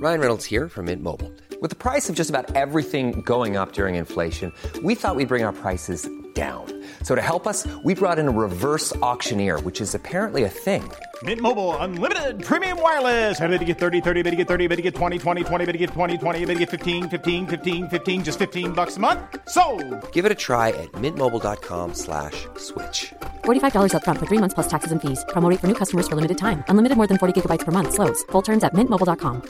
Ryan Reynolds here from Mint Mobile. With the price of just about everything going up during inflation, we thought we'd bring our prices down. So to help us, we brought in a reverse auctioneer, which is apparently a thing. Mint Mobile Unlimited Premium Wireless. How to get 30, 30, bit to get 30, bit to get 20, 20, 20, bit to get 20, 20, bit to get 15, 15, 15, 15, just $15 a month? Sold! Give it a try at mintmobile.com/switch. $45 up front for 3 months plus taxes and fees. Promo rate for new customers for limited time. Unlimited more than 40 gigabytes per month. Slows full terms at mintmobile.com.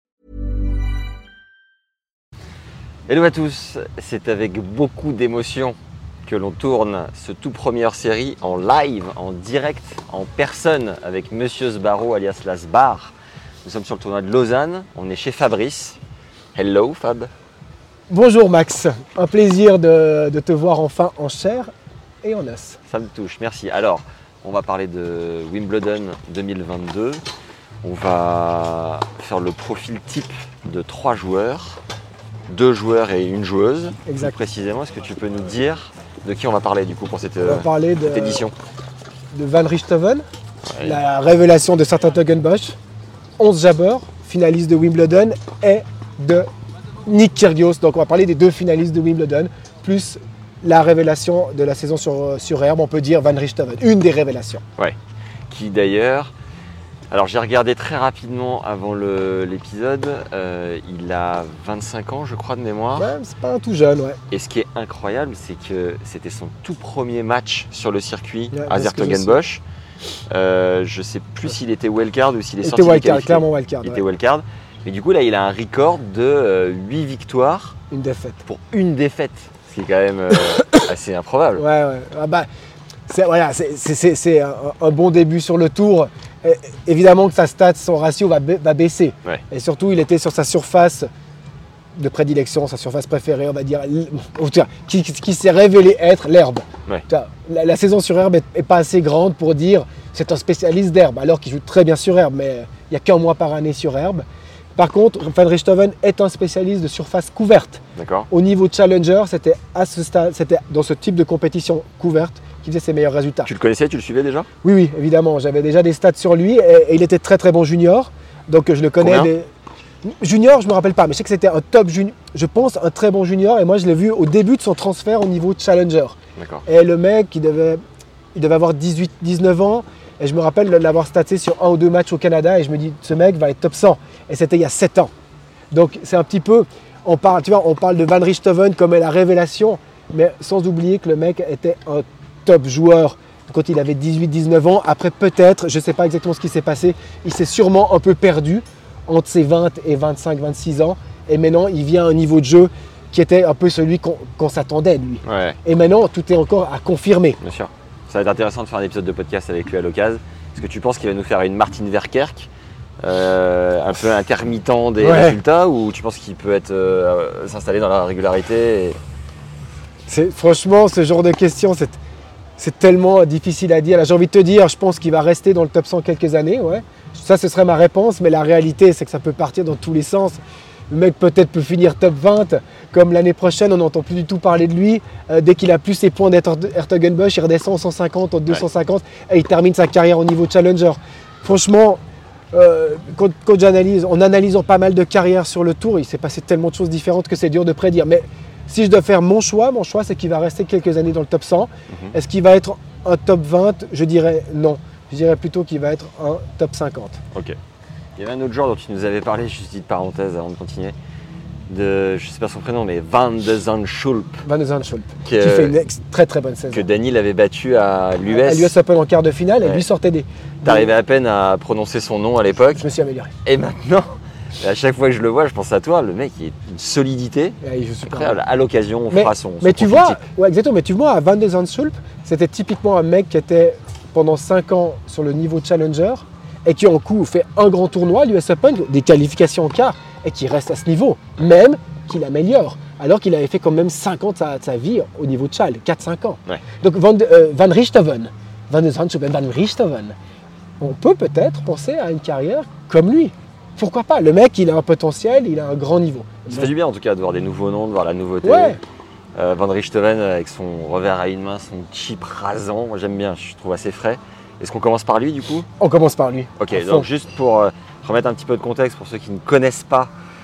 Hello à tous, c'est avec beaucoup d'émotion que l'on tourne ce tout premier hors-série en live, en direct, en personne avec Monsieur Sbarro alias Lasbar. Nous sommes sur le tournoi de Lausanne, on est chez Fabrice. Hello Fab. Bonjour Max, un plaisir de te voir enfin en chair et en os. Ça me touche, merci. Alors, on va parler de Wimbledon 2022. On va faire le profil type de 3 joueurs. 2 joueurs et une joueuse. Exact. Plus précisément, est-ce que tu peux nous dire de qui on va parler du coup pour cette édition? De Van Richthofen, la révélation de Sertogenbosch, 11 Jabeur, finaliste de Wimbledon, et de Nick Kyrgios. Donc on va parler des 2 finalistes de Wimbledon, plus la révélation de la saison sur herbe, on peut dire Van Richthofen, une des révélations. Ouais, qui d'ailleurs... Alors j'ai regardé très rapidement avant l'épisode, il a 25 ans je crois de mémoire. Ouais, c'est pas un tout jeune, ouais. Et ce qui est incroyable, c'est que c'était son tout premier match sur le circuit Ouais, à Sertogenbosch. Je sais plus s'il était wildcard ou s'il est sorti wildcard, clairement wildcard. Il était wildcard. Mais du coup là il a un record de 8 victoires. Une défaite. Pour une défaite, ce qui est quand même assez improbable. Ouais. Ah bah, c'est un bon début sur le tour. Évidemment que sa stat, son ratio va baisser. Ouais. Et surtout, il était sur sa surface de prédilection, sa surface préférée, on va dire, qui s'est révélé être l'herbe. Ouais. La saison sur herbe n'est pas assez grande pour dire c'est un spécialiste d'herbe, alors qu'il joue très bien sur herbe, mais il n'y a qu'un mois par année sur herbe. Par contre, Van Richthofen est un spécialiste de surface couverte. D'accord. Au niveau challenger, c'était dans ce type de compétition couverte qui faisait ses meilleurs résultats. Tu le connaissais, tu le suivais déjà? Oui, évidemment. J'avais déjà des stats sur lui et il était très très bon junior. Donc je le connais. Junior, je ne me rappelle pas, mais je sais que c'était un top junior. Je pense un très bon junior et moi je l'ai vu au début de son transfert au niveau challenger. D'accord. Et le mec, il devait avoir 18-19 ans. Et je me rappelle de l'avoir staté sur 1 ou 2 matchs au Canada et je me dis, ce mec va être top 100. Et c'était il y a 7 ans. Donc c'est un petit peu, on parle de Van Richthofen comme la révélation, mais sans oublier que le mec était un top joueur quand il avait 18-19 ans. Après peut-être, je ne sais pas exactement ce qui s'est passé, il s'est sûrement un peu perdu entre ses 20 et 25-26 ans. Et maintenant, il vient à un niveau de jeu qui était un peu celui qu'on s'attendait de lui. Ouais. Et maintenant, tout est encore à confirmer. Bien sûr. Ça va être intéressant de faire un épisode de podcast avec lui à l'occasion. Est-ce que tu penses qu'il va nous faire une Martin Verkerk, un peu intermittent des résultats, ou tu penses qu'il peut s'installer dans la régularité Franchement, ce genre de questions, c'est tellement difficile à dire. Là, j'ai envie de te dire, je pense qu'il va rester dans le top 100 quelques années. Ouais. Ça, ce serait ma réponse, mais la réalité, c'est que ça peut partir dans tous les sens. Le mec peut-être peut finir top 20, comme l'année prochaine, on n'entend plus du tout parler de lui. Dès qu'il a plus ses points d'Hertogenbosch, il redescend en 150, en 250, et il termine sa carrière au niveau challenger. Franchement, quand en analysant pas mal de carrières sur le tour, il s'est passé tellement de choses différentes que c'est dur de prédire. Mais si je dois faire mon choix, c'est qu'il va rester quelques années dans le top 100. Est-ce qu'il va être un top 20? Je dirais non. Je dirais plutôt qu'il va être un top 50. Ok. Il y avait un autre joueur dont tu nous avais parlé, juste petite parenthèse avant de continuer, je ne sais pas son prénom, mais Van de Zandschulp. Van de Zandschulp, qui fait une très très bonne saison. Que Daniel avait battu à l'US. À l'US Open en quart de finale, et lui sortait des... T'arrivais à peine à prononcer son nom à l'époque. Je me suis amélioré. Et maintenant, à chaque fois que je le vois, je pense à toi, le mec il est une solidité. Il joue super incroyable. À l'occasion, on fera son Mais tu vois, exactement, mais tu vois, à Van de Zandschulp, c'était typiquement un mec qui était pendant 5 ans sur le niveau challenger, et qui en coup fait un grand tournoi, l'US Open, des qualifications en quart, et qui reste à ce niveau, même qu'il améliore, alors qu'il avait fait quand même 5 ans de sa vie au niveau de Chal, 4-5 ans. Ouais. Donc Van Richthofen, Van de Zandschulp, Van Richthofen, on peut peut-être penser à une carrière comme lui. Pourquoi pas? Le mec, il a un potentiel, il a un grand niveau. Ça fait du bien en tout cas de voir des nouveaux noms, de voir la nouveauté. Ouais. Van Richthofen avec son revers à une main, son chip rasant, moi j'aime bien, je trouve assez frais. Est-ce qu'on commence par lui du coup? On commence par lui. Ok, donc juste pour remettre un petit peu de contexte pour ceux qui ne connaissent pas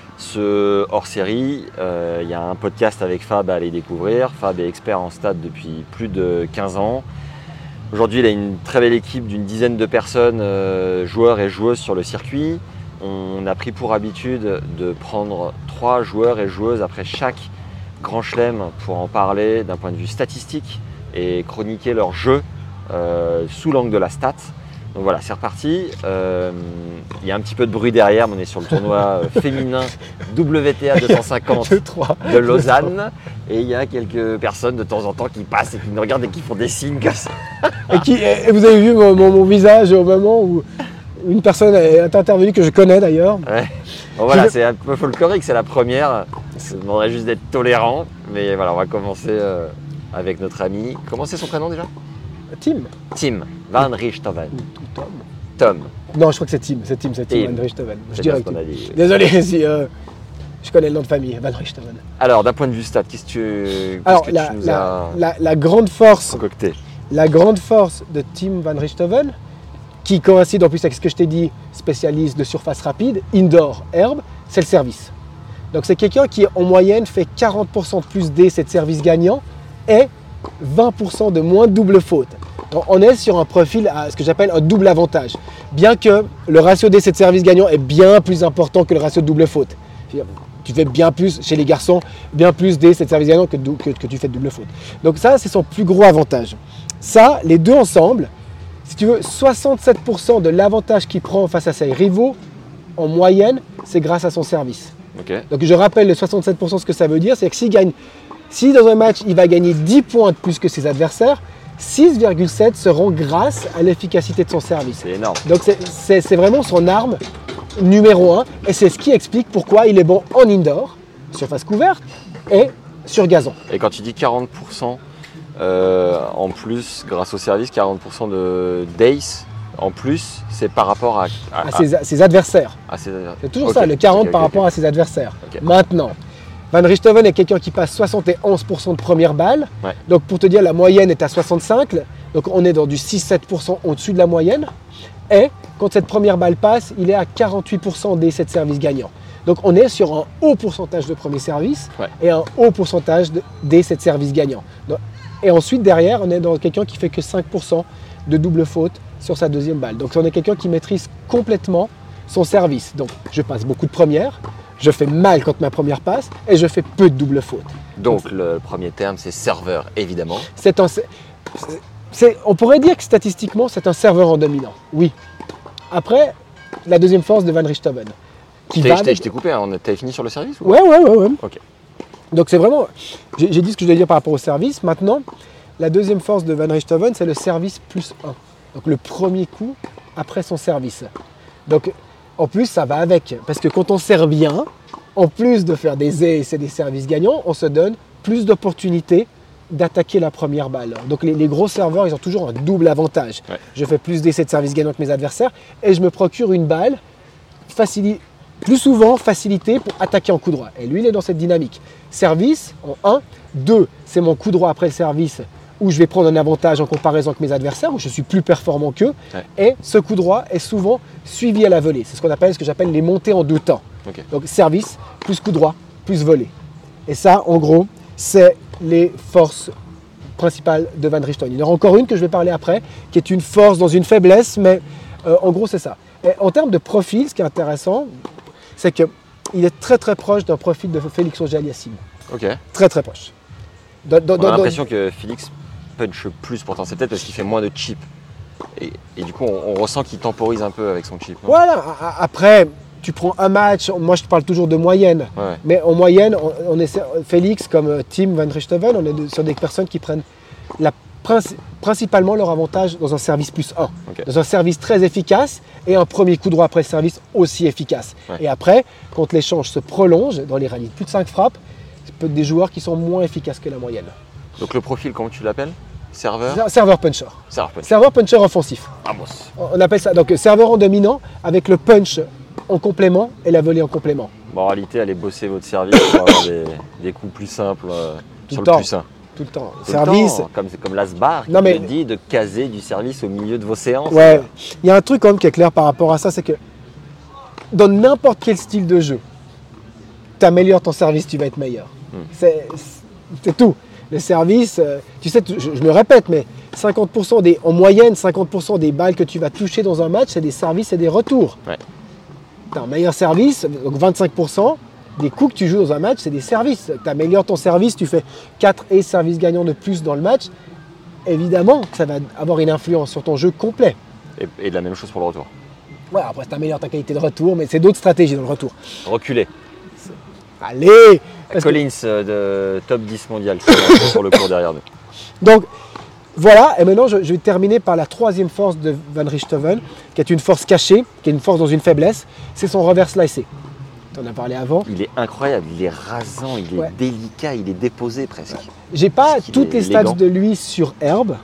ce hors-série, il y a un podcast avec Fab à aller découvrir. Fab est expert en stats depuis plus de 15 ans. Aujourd'hui, il a une très belle équipe d'une dizaine de personnes, joueurs et joueuses sur le circuit. On a pris pour habitude de prendre 3 joueurs et joueuses après chaque Grand Chelem pour en parler d'un point de vue statistique et chroniquer leur jeu sous l'angle de la stat. Donc voilà, c'est reparti. Il y a un petit peu de bruit derrière, mais on est sur le tournoi féminin WTA 250 de Lausanne. Et il y a quelques personnes de temps en temps qui passent et qui nous regardent et qui font des signes comme ça. Et vous avez vu mon visage au moment où une personne est intervenue que je connais d'ailleurs. Ouais. Bon, voilà, c'est un peu folklorique, c'est la première. Je demanderais juste d'être tolérant. Mais voilà, on va commencer avec notre ami. Comment c'est son prénom déjà? Tim Van Richthoven. Tom. Non, je crois que c'est Tim Van Richthoven. Je dirais que dit. Désolé si je connais le nom de famille, Van Richthoven. Alors, d'un point de vue stat, qu'est-ce que tu nous as la grande force concocté? La grande force de Tim Van Richthoven, qui coïncide en plus avec ce que je t'ai dit, spécialiste de surface rapide, indoor, herbe, c'est le service. Donc c'est quelqu'un qui en moyenne fait 40% de plus d'essais de service gagnant et 20% de moins de double faute. Donc on est sur un profil à ce que j'appelle un double avantage. Bien que le ratio d'essais de service gagnant est bien plus important que le ratio de double faute. Tu fais bien plus, chez les garçons, bien plus d'essais de service gagnant que tu fais de double faute. Donc ça, c'est son plus gros avantage. Ça, les deux ensemble, si tu veux, 67% de l'avantage qu'il prend face à ses rivaux, en moyenne, c'est grâce à son service. Okay. Donc je rappelle les 67%, ce que ça veut dire, c'est que si dans un match, il va gagner 10 points de plus que ses adversaires, 6,7 seront grâce à l'efficacité de son service. C'est énorme. Donc c'est vraiment son arme numéro 1 et c'est ce qui explique pourquoi il est bon en indoor, surface couverte et sur gazon. Et quand tu dis 40% en plus grâce au service, 40% de days en plus, c'est par rapport à ses adversaires. C'est toujours ça, le 40 par rapport à ses adversaires. Okay. Maintenant, Van Richthoven est quelqu'un qui passe 71% de première balle. Ouais. Donc pour te dire, la moyenne est à 65. Donc on est dans du 6-7% au-dessus de la moyenne. Et quand cette première balle passe, il est à 48% d'essais de service gagnants. Donc on est sur un haut pourcentage de premier service et un haut pourcentage d'essais de service gagnants. Et ensuite derrière, on est dans quelqu'un qui fait que 5% de double faute sur sa deuxième balle. Donc on est quelqu'un qui maîtrise complètement son service. Donc je passe beaucoup de premières. Je fais mal quand ma première passe et je fais peu de double faute. Donc le premier terme, c'est serveur, évidemment. On pourrait dire que statistiquement, c'est un serveur en dominant. Oui. Après, la deuxième force de Van Richthoven. Je t'ai coupé, hein. T'avais fini sur le service ou... Ouais. Ok. Donc c'est vraiment... J'ai dit ce que je voulais dire par rapport au service. Maintenant, la deuxième force de Van Richthoven, c'est le service plus 1. Donc le premier coup après son service. Donc... En plus, ça va avec, parce que quand on sert bien, en plus de faire des essais et des services gagnants, on se donne plus d'opportunités d'attaquer la première balle. Donc les gros serveurs, ils ont toujours un double avantage. Ouais. Je fais plus d'essais de services gagnants que mes adversaires et je me procure une balle plus souvent facilitée pour attaquer en coup droit. Et lui, il est dans cette dynamique. Service en 1, 2, c'est mon coup droit après le service où je vais prendre un avantage en comparaison avec mes adversaires, où je suis plus performant qu'eux. Ouais. Et ce coup droit est souvent suivi à la volée. C'est ce que j'appelle les montées en deux temps. Okay. Donc service, plus coup droit, plus volée. Et ça, en gros, c'est les forces principales de Van Richthoven. Il y en aura encore une que je vais parler après, qui est une force dans une faiblesse, mais en gros, c'est ça. Et en termes de profil, ce qui est intéressant, c'est qu'il est très très proche d'un profil de Félix Auger-Aliassime. Ok. Très très proche. On a l'impression que Félix punch plus, pourtant c'est peut-être parce qu'il fait moins de chips. Et du coup, on ressent qu'il temporise un peu avec son chip. Non? Voilà, après, tu prends un match, moi je te parle toujours de moyenne, mais en moyenne, on est Félix comme Tim Van Richthoven, on est sur des personnes qui prennent principalement leur avantage dans un service plus 1, dans un service très efficace et un premier coup droit après le service aussi efficace. Ouais. Et après, quand l'échange se prolonge dans les rallyes de plus de 5 frappes, c'est peut-être des joueurs qui sont moins efficaces que la moyenne. Donc le profil, comment tu l'appelles? Serveur puncher. Serveur puncher offensif. Vamos. On appelle ça donc serveur en dominant avec le punch en complément et la volée en complément. Bon, en réalité, allez bosser votre service pour avoir des coups plus simples sur le plus 1. Tout le temps. Service. Comme l'Asbar qui te dit de caser du service au milieu de vos séances. Ouais. Il y a un truc quand même qui est clair par rapport à ça, c'est que dans n'importe quel style de jeu, tu améliores ton service, tu vas être meilleur. C'est tout. Le service, tu sais, je me répète, mais 50% en moyenne, 50% des balles que tu vas toucher dans un match, c'est des services et des retours. Ouais. Tu as un meilleur service, donc 25% des coups que tu joues dans un match, c'est des services. Tu améliores ton service, tu fais 4 services gagnants de plus dans le match. Évidemment, ça va avoir une influence sur ton jeu complet. Et de la même chose pour le retour. Ouais, après, tu améliores ta qualité de retour, mais c'est d'autres stratégies dans le retour. Reculer. Allez! Collins de top 10 mondial sur le cours derrière nous. Donc, voilà, et maintenant je vais terminer par la troisième force de Van Richthofen, qui est une force cachée, qui est une force dans une faiblesse, c'est son revers slicé. Tu en as parlé avant. Il est incroyable, il est rasant, il est délicat, il est déposé presque. J'ai pas toutes les stats de lui sur herbe,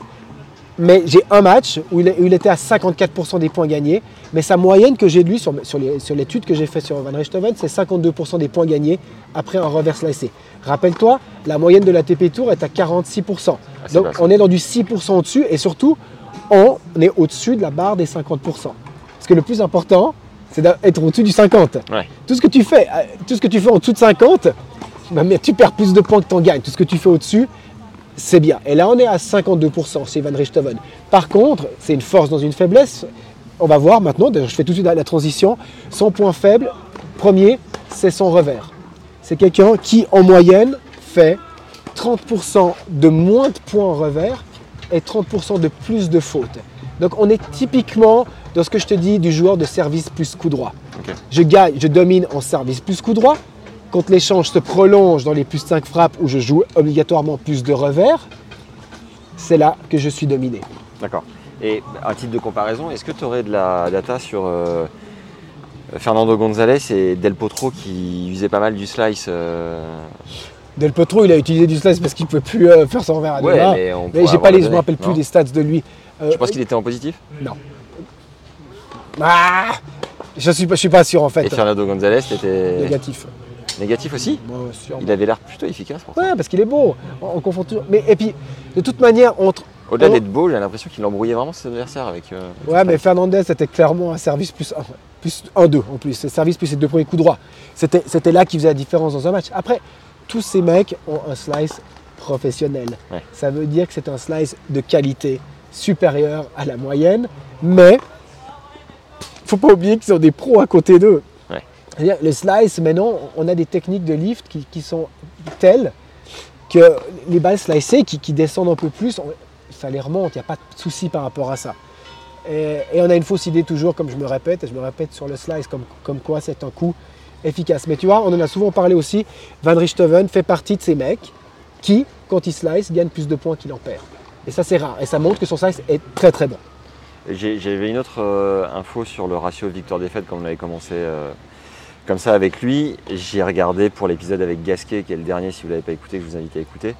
mais j'ai un match où il était à 54% des points gagnés, mais sa moyenne que j'ai de lui sur l'étude que j'ai faite sur Van Richthofen, c'est 52% des points gagnés après un revers slicé. Rappelle-toi, la moyenne de la TP Tour est à 46%. Donc on est dans du 6% au-dessus et surtout, on est au-dessus de la barre des 50%. Parce que le plus important, c'est d'être au-dessus du 50. Ouais. Tout ce que tu fais en dessous de 50, tu perds plus de points que tu en gagnes. Tout ce que tu fais au-dessus, c'est bien. Et là, on est à 52% chez Van Richthofen. Par contre, c'est une force dans une faiblesse. On va voir maintenant, je fais tout de suite la transition. Son point faible, premier, c'est son revers. C'est quelqu'un qui, en moyenne, fait 30% de moins de points en revers et 30% de plus de fautes. Donc, on est typiquement dans ce que je te dis du joueur de service plus coup droit. Okay. Je domine en service plus coup droit. Quand l'échange se prolonge dans les plus 5 frappes où je joue obligatoirement plus de revers, c'est là que je suis dominé. D'accord. Et à titre de comparaison, est-ce que tu aurais de la data sur Fernando González et Del Potro qui usaient pas mal du slice Del Potro, il a utilisé du slice parce qu'il ne pouvait plus faire son revers à deux mains. Mais je ne me rappelle plus des stats de lui. Tu penses qu'il était en positif? Non. Je suis pas sûr en fait. Et Fernando González était négatif. Négatif aussi? Sûrement. Il avait l'air plutôt efficace pour ça. Ouais, parce qu'il est beau. On confond toujours. Mais et puis, de toute manière, au-delà d'être beau, j'ai l'impression qu'il embrouillait vraiment ses adversaires avec. Ouais, mais Fernandez c'était clairement un service plus 1-2 en plus. C'est service plus ses 2 premiers coups droits. C'était là qui faisait la différence dans un match. Après, tous ces mecs ont un slice professionnel. Ouais. Ça veut dire que c'est un slice de qualité supérieure à la moyenne, mais faut pas oublier qu'ils ont des pros à côté d'eux. Ouais. C'est-à-dire, le slice, maintenant, on a des techniques de lift qui sont telles que les balles slicées qui descendent un peu plus, ça les remonte, il n'y a pas de souci par rapport à ça. Et on a une fausse idée toujours, comme je me répète sur le slice, comme quoi c'est un coup efficace. Mais tu vois, on en a souvent parlé aussi, Van Richthofen fait partie de ces mecs qui, quand il slice, gagnent plus de points qu'il en perd. Et ça, c'est rare. Et ça montre que son slice est très très bon. J'avais une autre info sur le ratio victoire-défaite quand on avait commencé comme ça avec lui. J'ai regardé pour l'épisode avec Gasquet, qui est le dernier, si vous ne l'avez pas écouté, que je vous invite à écouter.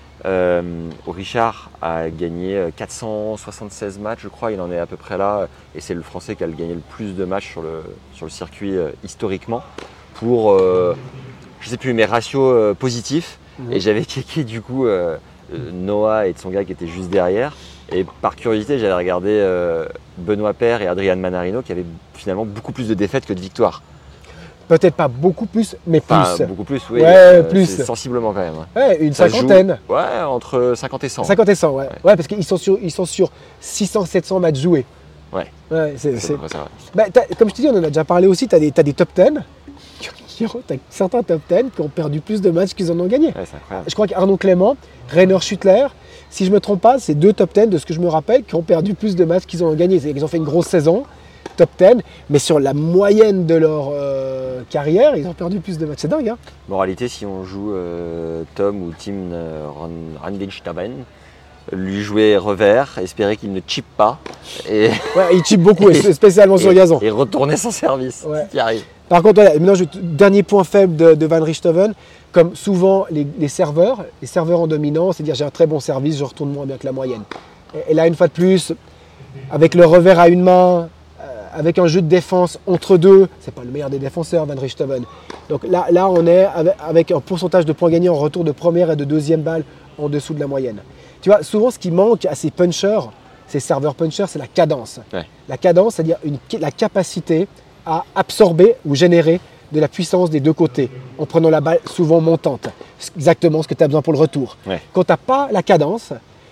Richard a gagné 476 matchs, je crois, il en est à peu près là. Et c'est le Français qui a gagné le plus de matchs sur le circuit historiquement. Pour, je ne sais plus, mes ratios positifs. Et j'avais checké du coup Noah et Tsonga qui étaient juste derrière. Et par curiosité, j'avais regardé Benoît Paire et Adrian Manarino qui avaient finalement beaucoup plus de défaites que de victoires. Peut-être pas beaucoup plus, mais plus. Enfin, beaucoup plus, oui. Ouais, plus. Sensiblement quand même. Ouais, une cinquantaine. Ouais, entre 50 et 100. 50 et 100, ouais. Ouais, parce qu'ils sont sur 600-700 matchs joués. Ouais. C'est vrai. Bah, comme je te dis, on en a déjà parlé aussi, tu as des top 10. T'as certains top 10 qui ont perdu plus de matchs qu'ils en ont gagné. Ouais, c'est incroyable. Je crois qu'Arnaud Clément, Rainer Schüttler, si je ne me trompe pas, c'est 2 top 10 de ce que je me rappelle qui ont perdu plus de matchs qu'ils en ont gagné. Ils ont fait une grosse saison, top 10, mais sur la moyenne de leur carrière, ils ont perdu plus de matchs. C'est dingue, hein? Moralité, si on joue Tom ou Tim Randinstaben, lui jouer revers, espérer qu'il ne chip pas. Et ouais, il chip beaucoup, spécialement sur gazon. Et retourner son service, ouais. Qui arrive. Par contre, voilà, maintenant, dernier point faible de Van Richthofen, comme souvent les serveurs en dominant, c'est-à-dire j'ai un très bon service, je retourne moins bien que la moyenne. Et là, une fois de plus, avec le revers à une main, avec un jeu de défense entre deux, c'est pas le meilleur des défenseurs, Van Richthofen. Donc là on est avec un pourcentage de points gagnés en retour de première et de deuxième balle en dessous de la moyenne. Tu vois, souvent ce qui manque à ces punchers, ces serveurs punchers, c'est la cadence. Ouais. La cadence, c'est-à-dire la capacité à absorber ou générer de la puissance des deux côtés, en prenant la balle souvent montante. C'est exactement ce que tu as besoin pour le retour. Ouais. Quand tu n'as pas la cadence,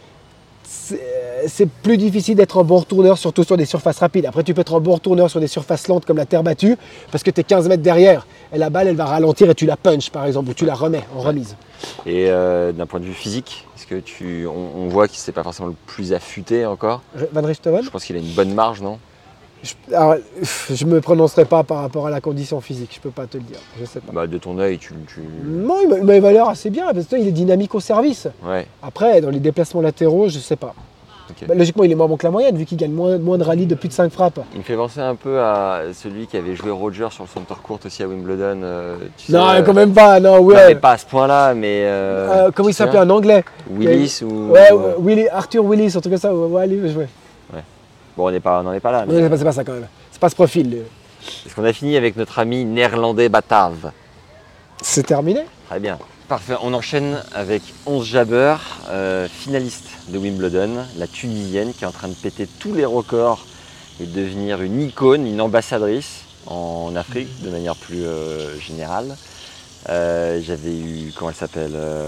c'est plus difficile d'être un bon retourneur, surtout sur des surfaces rapides. Après, tu peux être un bon retourneur sur des surfaces lentes comme la terre battue, parce que tu es 15 mètres derrière, et la balle, elle va ralentir et tu la punches, par exemple, ou tu la remets en remise. Et d'un point de vue physique, est-ce que on voit que c'est pas forcément le plus affûté encore? Van Richthofen, Je pense qu'il a une bonne marge, non? je ne me prononcerai pas par rapport à la condition physique, je ne peux pas te le dire, je sais pas. Bah, de ton œil, Non, il m'a évalué assez bien, parce qu'il est dynamique au service. Ouais, Après, dans les déplacements latéraux, je ne sais pas. ok. Bah, logiquement, il est moins bon que la moyenne, vu qu'il gagne moins de rallyes de plus de 5 frappes. Il me fait penser un peu à celui qui avait joué Roger sur le center court aussi à Wimbledon. Tu Non, sais, quand même pas, non, non, ouais. mais pas à ce point-là, mais. Comment il tu te s'appelait en anglais? Willis ou. Ouais, Arthur Willis, un truc comme ça. Ouais, lui, ouais. Bon, on n'en est pas là. Mais c'est pas ça quand même. C'est pas ce profil. Est-ce qu'on a fini avec notre ami néerlandais Batave? C'est terminé. Très bien. Parfait, on enchaîne avec 11 Jabber, finaliste de Wimbledon, la Tunisienne qui est en train de péter tous les records et de devenir une icône, une ambassadrice en Afrique de manière plus générale. J'avais eu, comment elle s'appelle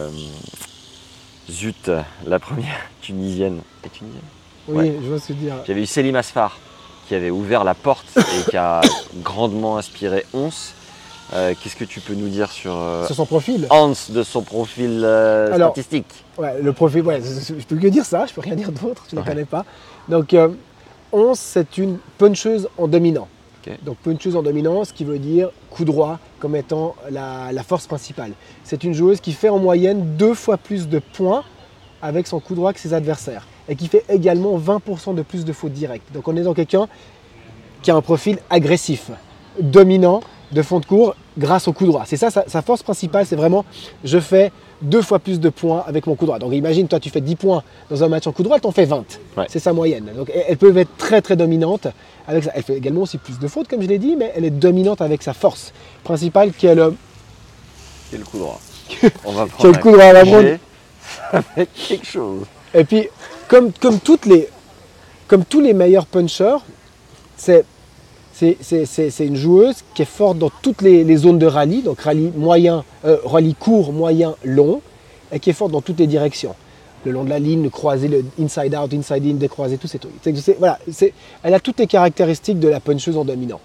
Zut, la première Tunisienne. Et Tunisienne? Oui, Ouais. je vois ce que tu dis. J'avais eu Selim Asfar qui avait ouvert la porte et qui a grandement inspiré Ons. Qu'est-ce que tu peux nous dire sur Sur son profil. Hans, de son profil Alors, statistique? Ouais, le profil, ouais, je peux que dire ça, je peux rien dire d'autre, je ne Ouais. connais pas. Donc, 11, c'est une puncheuse en dominant. Ok. Donc, puncheuse en dominant, ce qui veut dire coup droit comme étant la force principale. C'est une joueuse qui fait en moyenne 2 fois plus de points avec son coup droit que ses adversaires et qui fait également 20% de plus de fautes directes. Donc, on est dans quelqu'un qui a un profil agressif, dominant, de fond de cours grâce au coup droit. C'est ça sa force principale, c'est vraiment je fais 2 fois plus de points avec mon coup droit. Donc imagine, toi tu fais 10 points dans un match en coup droit, elle t'en fait 20. Ouais. C'est sa moyenne. Donc elles peuvent être très très dominantes avec ça. Elle fait également aussi plus de fautes comme je l'ai dit, mais elle est dominante avec sa force principale qui est le Quel coup droit. On va Quel prendre coup droit à la jet. bronze. Ça va être quelque chose. Et puis comme tous les meilleurs punchers, c'est une joueuse qui est forte dans toutes les zones de rallye, donc rallye court, moyen, long, et qui est forte dans toutes les directions. Le long de la ligne, le croisé, le inside out, inside in, décroisé, tous ces trucs. Elle a toutes les caractéristiques de la puncheuse en dominant.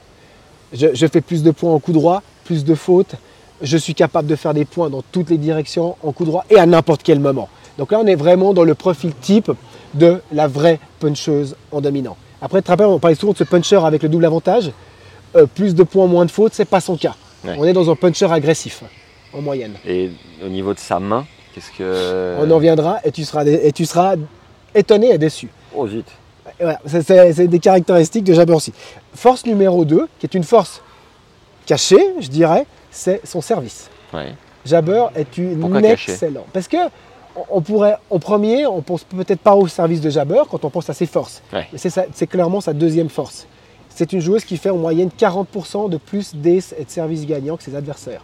Je fais plus de points en coup droit, plus de fautes. Je suis capable de faire des points dans toutes les directions en coup droit et à n'importe quel moment. Donc là, on est vraiment dans le profil type de la vraie puncheuse en dominant. Après, tu te rappelles, on parlait souvent de ce puncher avec le double avantage. Plus de points, moins de fautes, c'est pas son cas. Ouais. On est dans un puncher agressif, en moyenne. Et au niveau de sa main, qu'est-ce que. On en viendra et tu seras étonné et déçu. Oh zut. Et voilà, c'est des caractéristiques de Jabber aussi. Force numéro 2, qui est une force cachée, je dirais, c'est son service. Ouais. Jabber est une Pourquoi caché? excellente. Parce que on pourrait, en premier, on pense peut-être pas au service de Jabber quand on pense à ses forces. Ouais. Mais c'est clairement sa deuxième force. C'est une joueuse qui fait en moyenne 40% de plus d'ace et de service gagnant que ses adversaires.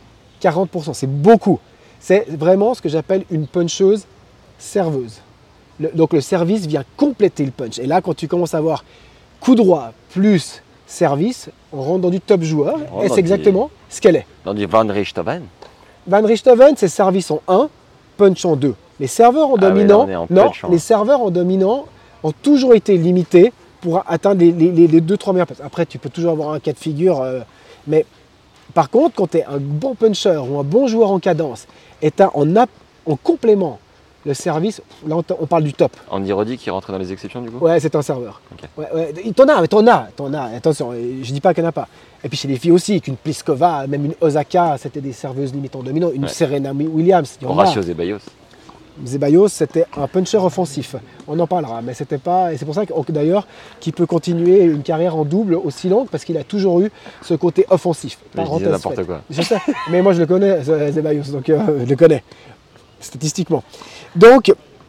40%, c'est beaucoup. C'est vraiment ce que j'appelle une puncheuse serveuse. Donc le service vient compléter le punch. Et là, quand tu commences à avoir coup droit plus service, on rentre dans du top joueur. Oh, Et dans c'est exactement ce qu'elle est. Dans du Van Richthofen. Van Richthofen, c'est service en 1, punch en 2. Les serveurs en Ah ouais, dominant, là, on est en non, punch, hein. les serveurs en dominant ont toujours été limités pour atteindre les 2-3 meilleures places. Après, tu peux toujours avoir un cas de figure, mais par contre, quand tu es un bon puncher ou un bon joueur en cadence et tu as en complément le service, là on parle du top. Andy Roddick qui rentrait dans les exceptions du coup. Ouais, c'est un serveur. Ok. Ouais. T'en as. Attention, je dis pas qu'il n'y en a pas. Et puis chez les filles aussi, qu'une Pliskova, même une Osaka, c'était des serveuses limite en dominant. Une Ouais. Serena Williams, il y en a. Horacio Zeballos. Zeballos, c'était un puncher offensif. On en parlera, mais c'était pas. Et c'est pour ça d'ailleurs qu'il peut continuer une carrière en double aussi longue parce qu'il a toujours eu ce côté offensif. Mais je disais Parenthèse n'importe faite. quoi. Je sais, mais moi je le connais, Zeballos, donc je le connais statistiquement. Donc,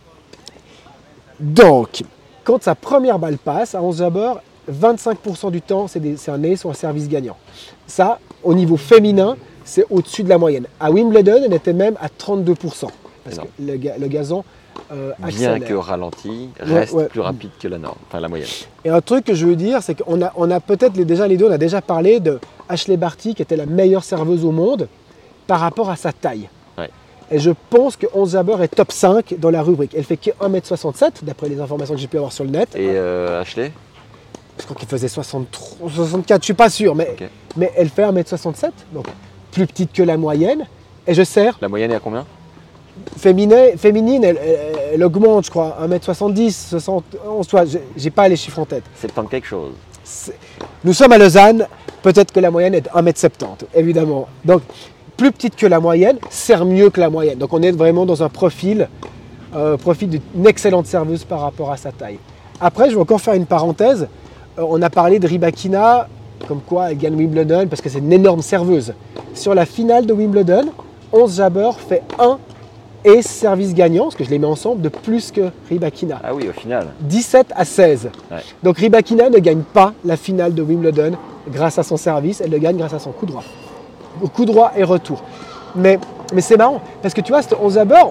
quand sa première balle passe à 11 Jabber, 25% du temps, c'est un ace ou un service gagnant. Ça, au niveau féminin, c'est au-dessus de la moyenne. À Wimbledon, elle était même à 32%. parce énorme. que le gazon Bien accélère. que ralenti, reste ouais. plus rapide que la norme, enfin la moyenne. Et un truc que je veux dire, c'est qu'on a peut-être déjà les deux, on a déjà parlé de Ashley Barty qui était la meilleure serveuse au monde par rapport à sa taille. Ouais. Et je pense que Ons Jabeur est top 5 dans la rubrique. Elle fait que 1m67 d'après les informations que j'ai pu avoir sur le net. Et Ashley? Je crois qu'il faisait 63, 64, je suis pas sûr, mais, Ok. mais elle fait 1m67, donc plus petite que la moyenne. Et je sers, La moyenne est à combien? féminine, elle augmente, je crois, 1m70, 71, toi, j'ai pas les chiffres en tête. 70 quelque chose. Nous sommes à Lausanne, peut-être que la moyenne est 1m70, évidemment. Donc, plus petite que la moyenne, sert mieux que la moyenne. Donc, on est vraiment dans un profil d'une excellente serveuse par rapport à sa taille. Après, je vais encore faire une parenthèse. On a parlé de Rybakina, comme quoi elle gagne Wimbledon, parce que c'est une énorme serveuse. Sur la finale de Wimbledon, Ons Jabeur fait 1 et service gagnant, parce que je les mets ensemble, de plus que Rybakina. Ah oui, au final. 17-16. Ouais. Donc Rybakina ne gagne pas la finale de Wimbledon grâce à son service, elle le gagne grâce à son coup droit. Coup droit et retour. Mais c'est marrant, parce que tu vois, Ons Jabeur,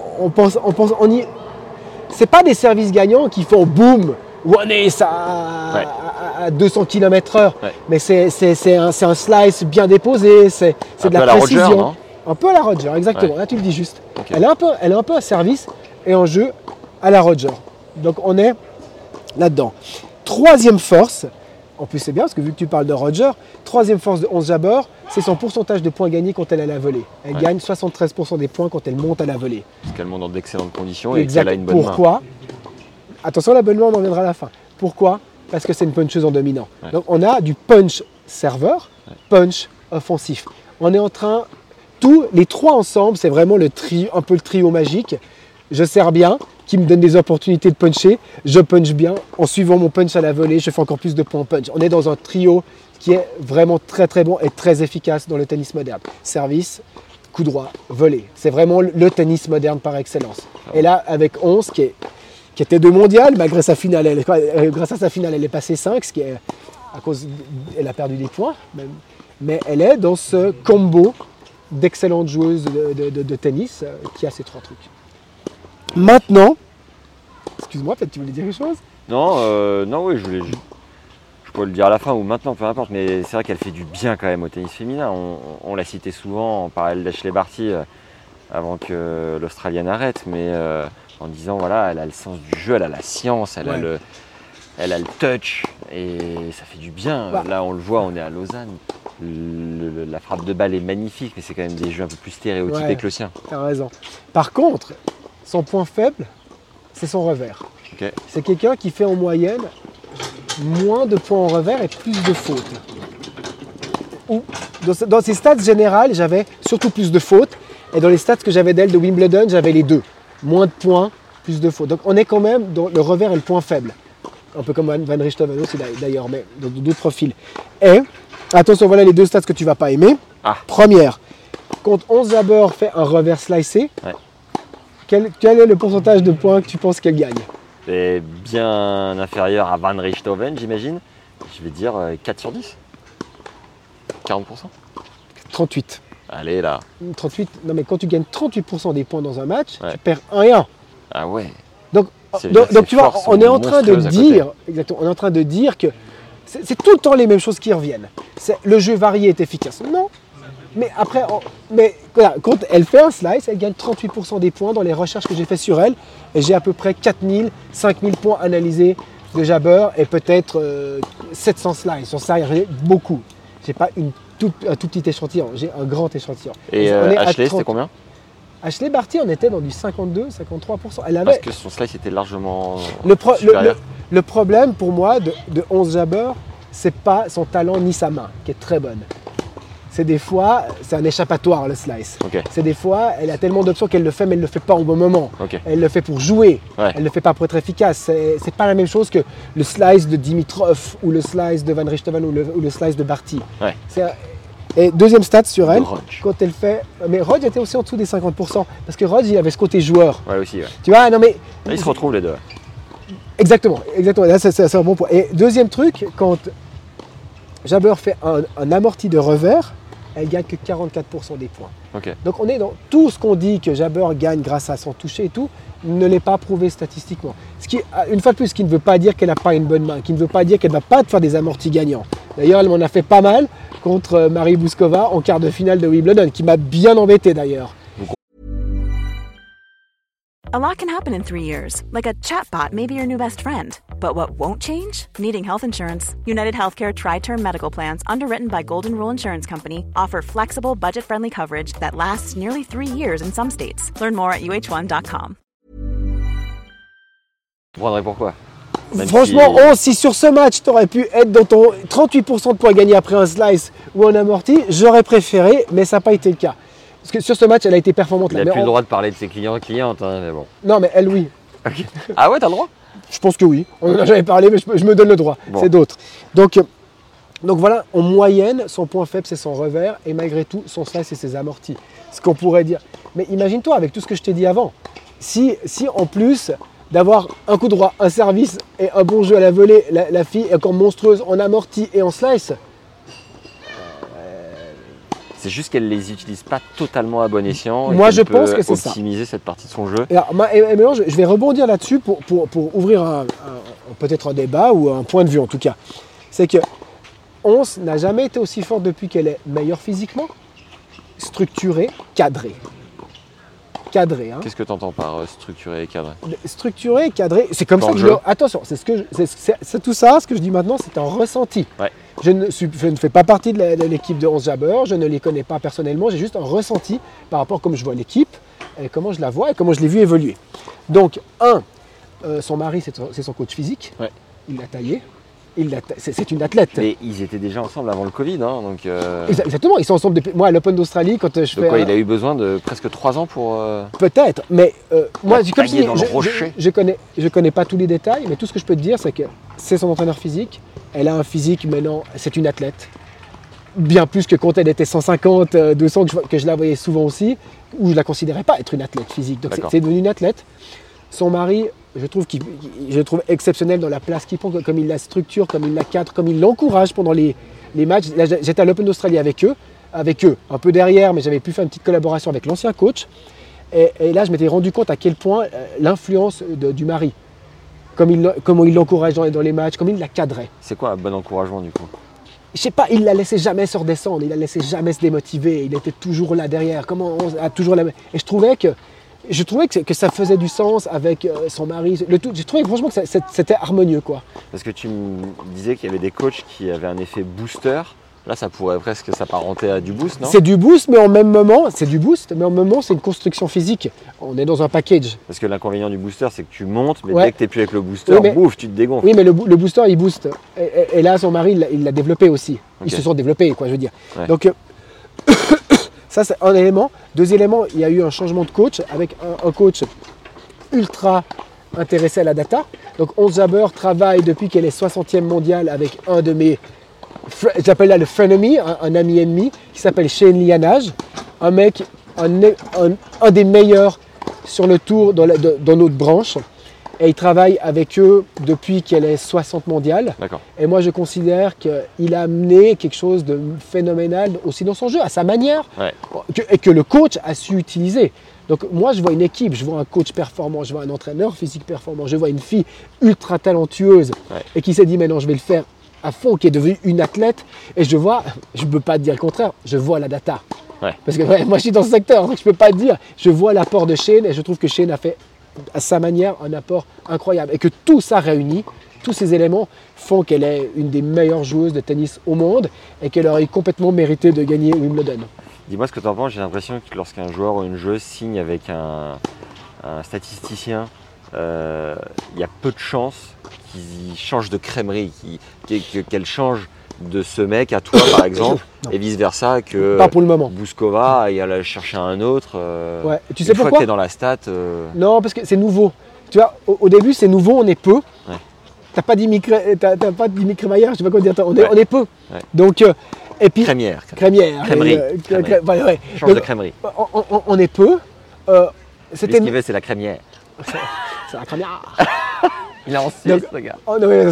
c'est pas des services gagnants qui font boum, one ace à 200 km/h, Ouais. mais c'est un slice bien déposé, c'est Un de la peu à la précision. Roger, non? Un peu à la Roger, exactement, Ouais. là tu le dis juste. Ok. Elle est un peu à service et en jeu à la Roger. Donc on est là-dedans. Troisième force, en plus c'est bien parce que vu que tu parles de Roger, troisième force de Ons Jabeur, c'est son pourcentage de points gagnés quand elle est à la volée. Elle Ouais. gagne 73% des points quand elle monte à la volée. Parce qu'elle monte dans d'excellentes conditions et Exact. qu'elle a une bonne main. Pourquoi? Attention, l'abonnement, on en reviendra à la fin. Pourquoi? Parce que c'est une puncheuse en dominant. Ouais. Donc on a du punch serveur, punch offensif. On est en train, les trois ensemble, c'est vraiment un peu le trio magique. Je sers bien, qui me donne des opportunités de puncher. Je punch bien. En suivant mon punch à la volée, je fais encore plus de points en punch. On est dans un trio qui est vraiment très très bon et très efficace dans le tennis moderne. Service, coup droit, volée. C'est vraiment le tennis moderne par excellence. Et là, avec 11, qui était 2 mondiales, malgré sa finale, grâce à sa finale, elle est passée 5, ce qui est à cause, elle a perdu des points, même. Mais elle est dans ce combo d'excellentes joueuses de tennis qui a ces 3 trucs. Maintenant, excuse-moi, peut-être tu voulais dire quelque chose? Non, oui, je pourrais le dire à la fin ou maintenant, peu importe, mais c'est vrai qu'elle fait du bien quand même au tennis féminin. On l'a cité souvent en parallèle d'Ashley Barty avant que l'Australienne arrête, mais en disant voilà, elle a le sens du jeu, elle a la science, elle a le touch et ça fait du bien. Bah. Là, on le voit, on est à Lausanne. La frappe de balle est magnifique, mais c'est quand même des jeux un peu plus stéréotypés Ouais. que le sien. Tu as raison. Par contre, son point faible, c'est son revers. Ok. C'est quelqu'un qui fait en moyenne moins de points en revers et plus de fautes. Dans ses stats générales, j'avais surtout plus de fautes. Et dans les stats que j'avais d'elle de Wimbledon, j'avais les deux. Moins de points, plus de fautes. Donc on est quand même dans le revers et le point faible. Un peu comme Van Richthofen aussi d'ailleurs, mais dans d'autres profils. Et, attention, voilà les 2 stats que tu ne vas pas aimer. Ah. Première, quand Ons Jabeur fait un revers slicé, Ouais. quel est le pourcentage de points que tu penses qu'elle gagne? C'est bien inférieur à Van Richthofen, j'imagine. Je vais dire 4 sur 10. 40%. 38. Allez là. 38. Non mais quand tu gagnes 38% des points dans un match, Ouais. tu perds 1 et 1. Ah ouais. Donc, Ça veut dire que tu vois, ses forces on est en sont train de monstrueuses à côté. dire, exactement, on est en train de dire que c'est tout le temps les mêmes choses qui reviennent. Le jeu varié est efficace. Non. Mais après, voilà, quand elle fait un slice, elle gagne 38% des points dans les recherches que j'ai fait sur elle. Et j'ai à peu près 4000, 5000 points analysés de Jabeur et peut-être 700 slices. Sur ça, il y a beaucoup. J'ai pas un tout petit échantillon, j'ai un grand échantillon. Et on est à Ashley, 30. c'était combien? Ashley Barty, on était dans du 52, 53%. Elle avait Parce que son slice était largement le supérieur. problème pour moi de Ons Jabeur, c'est pas son talent ni sa main, qui est très bonne. C'est des fois, c'est un échappatoire le slice. Ok. C'est des fois, elle a tellement d'options qu'elle le fait, mais elle ne le fait pas au bon moment. Ok. Elle le fait pour jouer, Ouais. elle ne le fait pas pour être efficace. C'est pas la même chose que le slice de Dimitrov ou le slice de Van Richthofen ou le slice de Barty. Ouais. Et deuxième stat sur elle, Rodge. quand elle fait. Mais Rodge était aussi en dessous des 50%, parce que Rodge, il avait ce côté joueur. Ouais, aussi, ouais. Tu vois, non mais. Là, ils se retrouvent les deux. Exactement. Là, c'est un bon point. Et deuxième truc, quand Jabeur fait un amorti de revers, elle gagne que 44% des points. Ok. Donc on est dans tout ce qu'on dit que Jabber gagne grâce à son toucher et tout, ne l'est pas prouvé statistiquement. Ce qui, une fois de plus, ce qui ne veut pas dire qu'elle n'a pas une bonne main, qui ne veut pas dire qu'elle ne va pas te faire des amortis gagnants. D'ailleurs, elle m'en a fait pas mal contre Marie Bouskova en quart de finale de Wimbledon, qui m'a bien embêté d'ailleurs. A lot can happen in 3 years, like a chatbot may be your new best friend. But what won't change? Needing health insurance. United Healthcare Tri-Term Medical Plans, underwritten by Golden Rule Insurance Company, offer flexible, budget-friendly coverage that lasts nearly 3 years in some states. Learn more at uh1.com. Tu prendrais pourquoi? Même Franchement, si sur ce match, tu aurais pu être dans ton 38% de points gagnés après un slice ou un amorti, j'aurais préféré, mais ça n'a pas été le cas. Parce que sur ce match, elle a été performante. Il n'a plus le droit de parler de ses clients-clientes, hein, mais bon. Non, mais elle, oui. Okay. Ah ouais, t'as le droit? Je pense que oui. On en a jamais parlé, mais je me donne le droit. Bon. C'est d'autres. Donc voilà, en moyenne, son point faible, c'est son revers, et malgré tout, son slice, c'est ses amortis. Ce qu'on pourrait dire. Mais imagine-toi, avec tout ce que je t'ai dit avant, si en plus d'avoir un coup droit, un service et un bon jeu à la volée, la fille est encore monstrueuse en amorti et en slice. C'est juste qu'elle ne les utilise pas totalement à bon escient. Moi, je pense que c'est ça. Optimiser cette partie de son jeu. Alors, maintenant, je vais rebondir là-dessus pour ouvrir peut-être un débat ou un point de vue en tout cas. C'est que Ons n'a jamais été aussi forte depuis qu'elle est meilleure physiquement, structurée, cadrée. Cadrée. Hein. Qu'est-ce que tu entends par structuré et cadré? Structuré, cadré, c'est comme ça que attention, c'est tout ça, ce que je dis maintenant, c'est un ressenti. Ouais. Je ne fais pas partie de l'équipe de Ons Jabber, je ne les connais pas personnellement, j'ai juste un ressenti par rapport à comment je vois l'équipe, et comment je la vois et comment je l'ai vu évoluer. Donc, son mari, c'est son coach physique, ouais. Il l'a taillé. C'est une athlète. Mais ils étaient déjà ensemble avant le Covid, hein, donc. Exactement, ils sont ensemble depuis. Moi, à l'Open d'Australie, quand je fais. Il a eu besoin de presque 3 ans pour. Peut-être, mais moi, comme je connais pas tous les détails, mais tout ce que je peux te dire, c'est que c'est son entraîneur physique. Elle a un physique maintenant, c'est une athlète. Bien plus que quand elle était 150, 200, que je la voyais souvent aussi, où je la considérais pas être une athlète physique. Donc c'est devenu une athlète. Son mari, je le trouve exceptionnel dans la place qu'il prend, comme il la structure, comme il la cadre, comme il l'encourage pendant les matchs. Là, j'étais à l'Open d'Australie avec eux, un peu derrière, mais j'avais pu faire une petite collaboration avec l'ancien coach. Et là, je m'étais rendu compte à quel point l'influence du mari, comment il l'encourage dans les matchs, comment il la cadrait. C'est quoi un bon encouragement du coup? Je sais pas, il la laissait jamais se redescendre, il la laissait jamais se démotiver, il était toujours là derrière, et je trouvais que ça faisait du sens avec son mari. Je trouvais franchement que c'était harmonieux, quoi. Parce que tu me disais qu'il y avait des coachs qui avaient un effet booster. Là, ça pourrait presque s'apparenter à du boost, non? C'est du boost, mais en même moment, c'est une construction physique. On est dans un package. Parce que l'inconvénient du booster, c'est que tu montes, mais ouais. Dès que tu n'es plus avec le booster, bouf, tu te dégonfles. Oui, mais le booster, il booste. Et là, son mari, il l'a développé aussi. Okay. Ils se sont développés, quoi, je veux dire. Ouais. Donc, ça, c'est un élément. 2 éléments, il y a eu un changement de coach avec un coach ultra intéressé à la data. Donc, Ons Jabber travaille depuis qu'elle est 60e mondiale avec un de mes, j'appelle là le frenemy, un ami ennemi, qui s'appelle Shane Lianage. Un mec, un des meilleurs sur le tour dans notre branche. Et il travaille avec eux depuis qu'elle est 60 mondiale. D'accord. Et moi, je considère qu'il a amené quelque chose de phénoménal aussi dans son jeu, à sa manière, ouais. Et que le coach a su utiliser. Donc moi, je vois une équipe, je vois un coach performant, je vois un entraîneur physique performant, je vois une fille ultra talentueuse, ouais. Et qui s'est dit, mais non, je vais le faire à fond, qui est devenue une athlète. Et je ne peux pas te dire le contraire, je vois la data. Ouais. Parce que moi, je suis dans ce secteur, donc je ne peux pas te dire. Je vois l'apport de Shane et je trouve que Shane a fait à sa manière un apport incroyable et que tout ça réuni, tous ces éléments font qu'elle est une des meilleures joueuses de tennis au monde et qu'elle aurait complètement mérité de gagner Wimbledon. Dis-moi ce que tu en penses, j'ai l'impression que lorsqu'un joueur ou une joueuse signe avec un statisticien, il y a peu de chances qu'il change de crèmerie, qu'elle change de ce mec à toi par exemple et vice versa que pas pour le moment. Bouskova aille aller chercher un autre ouais. Tu sais pourquoi que tu es dans la stat Non, parce que c'est nouveau, tu vois, au début c'est nouveau, on est peu, ouais. T'as pas Dimi Crémaillère, je sais pas quoi dire, on est peu, ouais. Donc et puis crémière crèmerie. Ouais. Change de crèmerie, on est peu, ce qu'il veut c'est la crémière. C'est la crémière. Il est en Suisse, ce gars.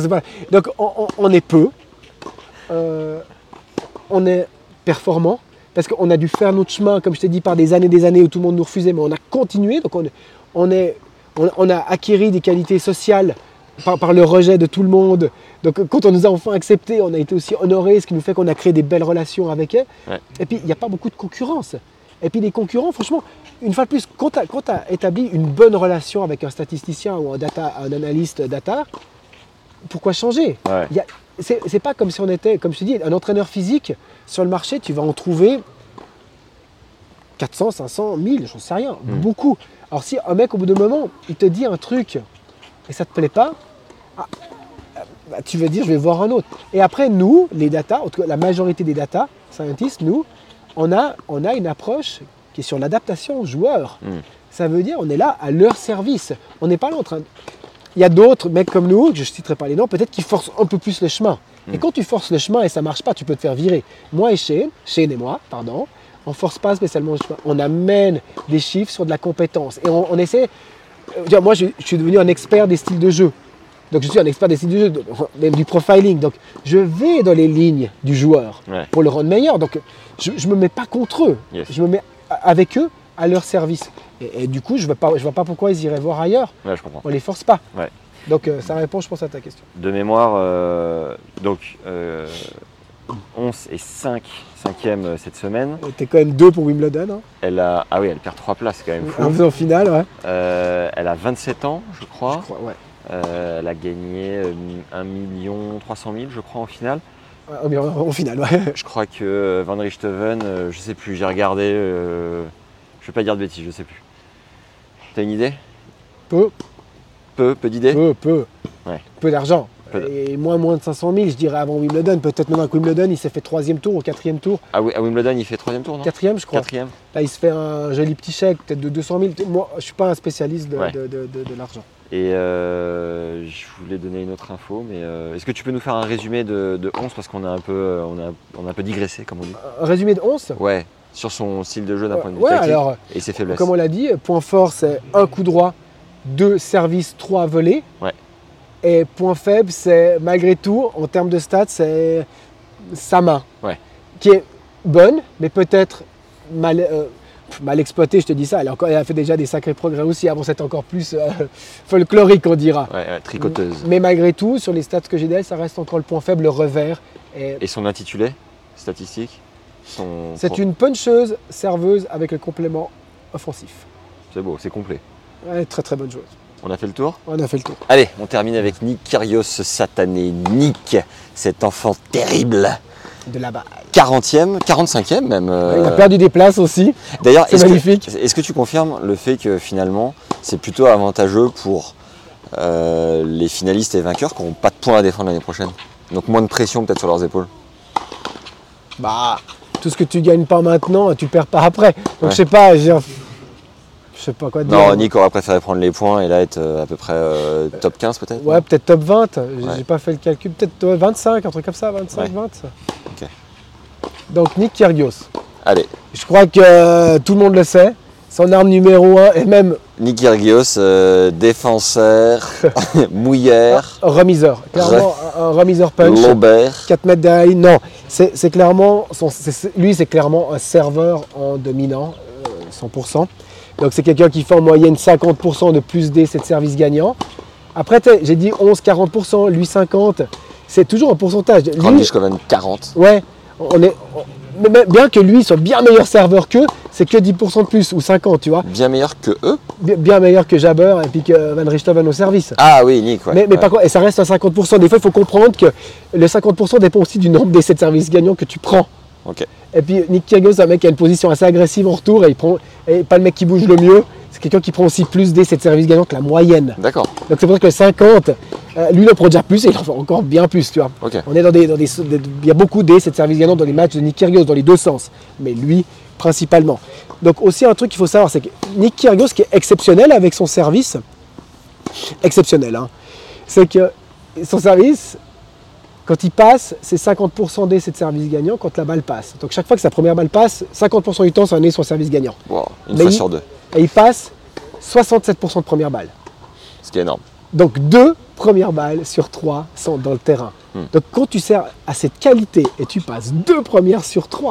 Donc on est peu, on est performant, parce qu'on a dû faire notre chemin, comme je t'ai dit, par des années où tout le monde nous refusait, mais on a continué. Donc on a acquis des qualités sociales par le rejet de tout le monde. Donc quand on nous a enfin acceptés, on a été aussi honorés, ce qui nous fait qu'on a créé des belles relations avec eux. Ouais. Et puis il n'y a pas beaucoup de concurrence. Et puis les concurrents, franchement, une fois de plus, quand tu as établi une bonne relation avec un statisticien ou un analyste data, pourquoi changer? Ouais. C'est pas comme si on était, comme je te dis, un entraîneur physique. Sur le marché, tu vas en trouver 400, 500, 1000, j'en sais rien, beaucoup. Alors si un mec, au bout d'un moment, il te dit un truc et ça ne te plaît pas, tu vas dire, je vais voir un autre. Et après, nous, les data, en tout cas la majorité des data scientists, nous, on a une approche qui est sur l'adaptation aux joueurs. Ça veut dire on est là à leur service. On n'est pas là en train de... Il y a d'autres mecs comme nous, que je ne citerai pas les noms, peut-être qui forcent un peu plus le chemin. Et quand tu forces le chemin et ça ne marche pas, tu peux te faire virer. Moi et Shane et moi, on ne force pas spécialement le chemin. On amène des chiffres sur de la compétence. Et on essaie... Moi, je suis devenu un expert des styles de jeu. Donc je suis un expert des styles de jeu, du profiling. Donc je vais dans les lignes du joueur pour le rendre meilleur. Donc je ne me mets pas contre eux. Yes. Je me mets avec eux à leur service. Et du coup, je ne vois pas pourquoi ils iraient voir ailleurs. Ouais, je comprends. On ne les force pas. Ouais. Donc ça répond, je pense, à ta question. De mémoire, 11 et 5e cette semaine. Tu es quand même 2 pour Wimbledon. Hein. Elle perd 3 places, c'est quand même fou. En finale, ouais. Elle a 27 ans, je crois. Ouais. Elle a gagné 1 300 000, je crois, en finale. En finale, ouais. Je crois que Van Richthofen, je sais plus, j'ai regardé, je vais pas dire de bêtises, je sais plus. T'as une idée? Peu d'idées? Peu. Ouais. Peu d'argent. Peu Et moins de 500 000, je dirais, avant Wimbledon. Peut-être maintenant que Wimbledon, il s'est fait 3e tour ou 4e tour. Ah oui, à Wimbledon, il fait 3e tour, non? 4e, je crois. 4e. Là, il se fait un joli petit chèque, peut-être de 200 000. Moi, je ne suis pas un spécialiste de l'argent. Et je voulais donner une autre info, mais est-ce que tu peux nous faire un résumé de 11 parce qu'on a un peu, on a un peu digressé, comme on dit. Un résumé de 11 ? Ouais, sur son style de jeu d'un point de vue tactique alors, et ses faiblesses. Comme on l'a dit, point fort, c'est un coup droit, 2 services, 3 volets. Ouais. Et point faible, c'est malgré tout, en termes de stats, c'est sa main. Ouais. Qui est bonne, mais peut-être mal exploitée, je te dis ça. Elle a fait déjà des sacrés progrès aussi. Avant, c'était encore plus folklorique, on dira. Ouais, tricoteuse. Mais malgré tout, sur les stats que j'ai d'elle, ça reste encore le point faible, le revers. Et son intitulé statistique? C'est une puncheuse serveuse avec le complément offensif. C'est beau, c'est complet. Ouais, très très bonne joueuse. On a fait le tour? On a fait le tour. Allez, on termine avec Nick Kyrgios satané. Nick, cet enfant terrible. De là-bas. 40e, 45e même. Il a perdu des places aussi. D'ailleurs, c'est magnifique. Est-ce que tu confirmes le fait que finalement, c'est plutôt avantageux pour les finalistes et vainqueurs qui n'auront pas de points à défendre l'année prochaine? Donc moins de pression peut-être sur leurs épaules. Tout ce que tu gagnes pas maintenant, tu perds pas après. Donc je sais pas quoi dire. Non, Nick aurait préféré prendre les points et là être à peu près top 15 peut-être. Ouais, peut-être top 20. J'ai pas fait le calcul. Peut-être 25, un truc comme ça, 25, 20. Ok. Donc Nick Kyrgios. Allez. Je crois que tout le monde le sait. Son arme numéro 1 et même... Nick Kyrgios, défenseur, mouillère, remiseur. Clairement, un remiseur punch. lobère. 4 mètres derrière. Non, c'est clairement... Lui, c'est clairement un serveur en dominant, 100%. Donc c'est quelqu'un qui fait en moyenne 50% de plus d'essais de service gagnant. Après, j'ai dit 11-40%, lui 50%. C'est toujours un pourcentage. Randy Shkovan 40. Ouais, mais bien que lui soit bien meilleur serveur qu'eux, c'est que 10% de plus ou 50, tu vois. Bien meilleur que eux? Bien meilleur que Jabber et puis que Van Richthofen au service. Ah oui, Nick, ouais. Mais pas quoi, et ça reste à 50%. Des fois, il faut comprendre que le 50% dépend aussi du nombre d'essais de service gagnants que tu prends. Ok. Et puis Nick Kyrgios, c'est un mec qui a une position assez agressive en retour et pas le mec qui bouge le mieux. C'est quelqu'un qui prend aussi plus d'essais de service gagnants que la moyenne. D'accord. Donc c'est pour ça que le 50, lui il en prend déjà plus et il en fait encore bien plus, tu vois. Ok. On est il y a beaucoup d'essais de service gagnants dans les matchs de Nick Kyrgios, dans les deux sens. Mais lui, principalement. Donc aussi un truc qu'il faut savoir, c'est que Nick Kyrgios, qui est exceptionnel avec son service, exceptionnel, hein, c'est que son service, quand il passe, c'est 50% d'essais de service gagnant quand la balle passe. Donc chaque fois que sa première balle passe, 50% du temps, c'est un essai sur service gagnant. Wow, une fois sur deux. Et il passe 67% de première balle. Ce qui est énorme. Donc 2 premières balles sur 3 sont dans le terrain. Donc quand tu sers à cette qualité et tu passes 2 premières sur 3,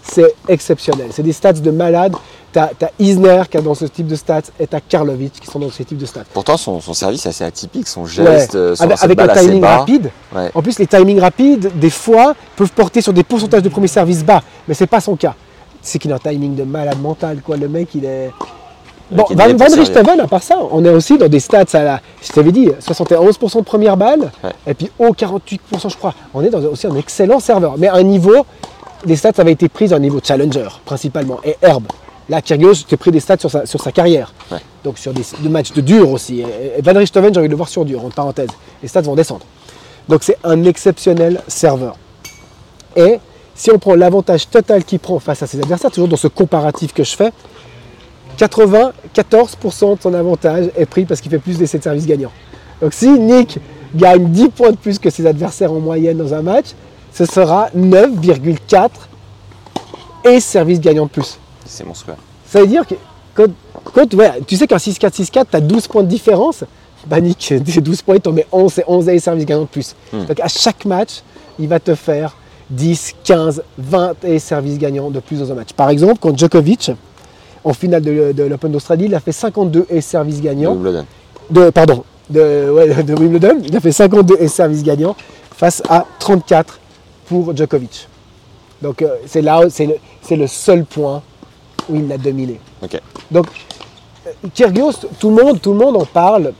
c'est exceptionnel. C'est des stats de malade. T'as Isner qui est dans ce type de stats et t'as Karlovic qui sont dans ce type de stats. Pourtant, son service est assez atypique, son geste, avec un timing rapide. Ouais. En plus, les timings rapides, des fois, peuvent porter sur des pourcentages de premier service bas, mais c'est pas son cas. C'est qu'il a un timing de malade mental, quoi. Le mec, il est... Bon, Van Richthofen, à part ça, on est aussi dans des stats je t'avais dit, 71% de première balle, et puis 48%, je crois. On est dans aussi un excellent serveur, mais à un niveau, les stats avaient été prises à un niveau challenger, principalement, et herbe. Là, Kyrgios, j'ai pris des stats sur sa carrière. Ouais. Donc sur des matchs de dur aussi. Et Van Richthofen, j'ai envie de le voir sur dur, entre parenthèses. Les stats vont descendre. Donc c'est un exceptionnel serveur. Et si on prend l'avantage total qu'il prend face à ses adversaires, toujours dans ce comparatif que je fais, 94% de son avantage est pris parce qu'il fait plus d'essais de service gagnants. Donc si Nick gagne 10 points de plus que ses adversaires en moyenne dans un match, ce sera 9,4 et service gagnant de plus. C'est monstrueux. Ça veut dire que quand tu sais qu'un 6-4, 6-4, tu as 12 points de différence. Bah Nick, des 12 points, il t'en met 11 et 11 et service gagnant de plus. Donc à chaque match, il va te faire 10, 15, 20 et service gagnant de plus dans un match. Par exemple, contre Djokovic, en finale de l'Open d'Australie, il a fait 52 et service gagnant. De Wimbledon. Il a fait 52 et service gagnant face à 34 pour Djokovic. Donc c'est le seul point où il l'a dominé. Okay. Donc, Kyrgios, tout le monde en parle.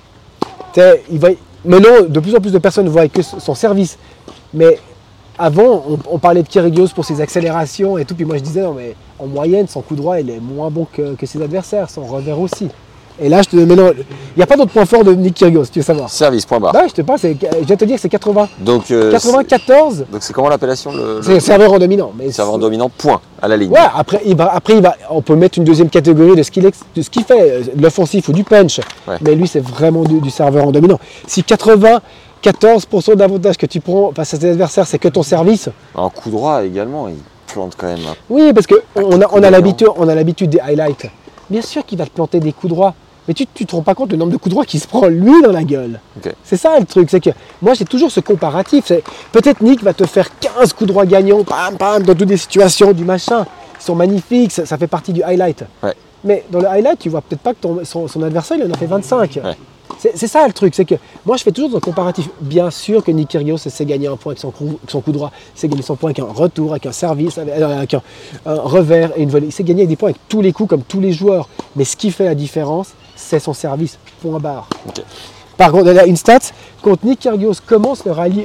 Maintenant, de plus en plus de personnes voient que son service. Mais avant, on parlait de Kyrgios pour ses accélérations et tout. Puis moi, je disais, non, mais en moyenne, son coup droit, il est moins bon que ses adversaires. Son revers aussi. Et là, il n'y a pas d'autre point fort de Nick Kyrgios, tu veux savoir. Service, point barre. Bah, je viens te dire que c'est 80. Donc, 94. Donc c'est comment l'appellation C'est serveur en dominant. Serveur en dominant, point, à la ligne. Ouais, après on peut mettre une deuxième catégorie de ce qu'il fait, de l'offensif ou du punch. Ouais. Mais lui, c'est vraiment du serveur en dominant. Si 94% d'avantage que tu prends face à tes adversaires, c'est que ton service. En coup droit également, il plante quand même. Oui, parce qu'on a l'habitude des highlights. Bien sûr qu'il va te planter des coups droits. Mais tu te rends pas compte du nombre de coups droits qu'il se prend lui dans la gueule. Okay. C'est ça le truc, c'est que moi j'ai toujours ce comparatif. Peut-être Nick va te faire 15 coups droits gagnants, pam, pam, dans toutes les situations du machin. Ils sont magnifiques, ça fait partie du highlight. Ouais. Mais dans le highlight, tu vois peut-être pas que son adversaire il en a fait 25. Ouais. C'est ça le truc, c'est que moi je fais toujours un comparatif. Bien sûr que Nick Kyrgios sait gagner un point avec son coup droit, il sait gagner son point avec un retour, avec un service, avec un revers et une volée. Il sait gagner des points avec tous les coups comme tous les joueurs. Mais ce qui fait la différence, c'est son service, point barre. Okay. Par contre, il y a une stat, quand Nick Kyrgios commence le rallye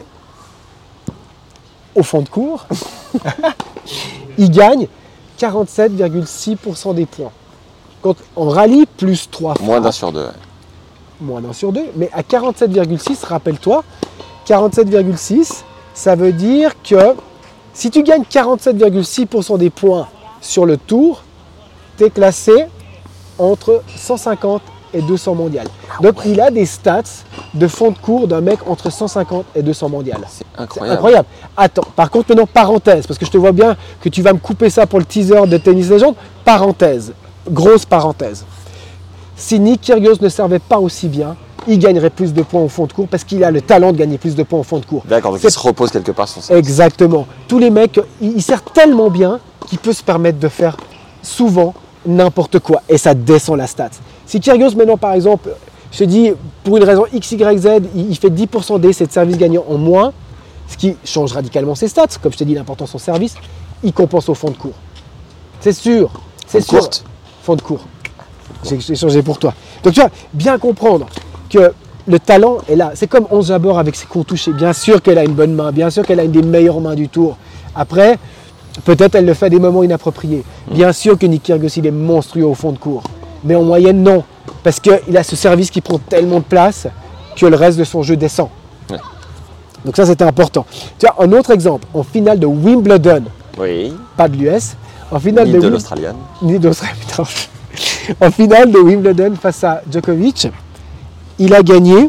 au fond de cours, il gagne 47,6% des points. Quand on rallye, plus 3 fois. Moins d'un sur deux. Moins d'un sur deux, mais à 47,6, rappelle-toi, 47,6, ça veut dire que si tu gagnes 47,6% des points sur le tour, tu es classé entre 150 et 200 mondial. Donc il a des stats de fond de cours d'un mec entre 150 et 200 mondial. C'est incroyable. Attends, par contre maintenant parenthèse, parce que je te vois bien que tu vas me couper ça pour le teaser de Tennis Légende. Parenthèse, grosse parenthèse. Si Nick Kyrgios ne servait pas aussi bien, il gagnerait plus de points au fond de cours parce qu'il a le talent de gagner plus de points au fond de cours. D'accord, donc il se repose quelque part sur ça. Exactement. Tous les mecs, il sert tellement bien qu'il peut se permettre de faire souvent n'importe quoi et ça descend la stat. Si Kyrgios maintenant par exemple, je te dis pour une raison X, Y, Z, il fait 10% d'essais de service gagnant en moins, ce qui change radicalement ses stats, comme je t'ai dit l'importance de son service, il compense au fond de cours. C'est sûr. C'est sûr. Fond de cours. J'ai changé pour toi. Donc tu vas bien comprendre que le talent est là. C'est comme Ons Jabeur avec ses coups touchés. Bien sûr qu'elle a une bonne main, bien sûr qu'elle a une des meilleures mains du tour. Après, peut-être elle le fait à des moments inappropriés. Bien sûr que Nick Kyrgios il est monstrueux au fond de cours. Mais en moyenne, non. Parce qu'il a ce service qui prend tellement de place que le reste de son jeu descend. Ouais. Donc ça, c'était important. Tu vois, un autre exemple. En finale de Wimbledon, oui. Pas de l'US, en finale de l'Australienne. Ni de l'Australienne, putain. En finale de Wimbledon face à Djokovic, il a gagné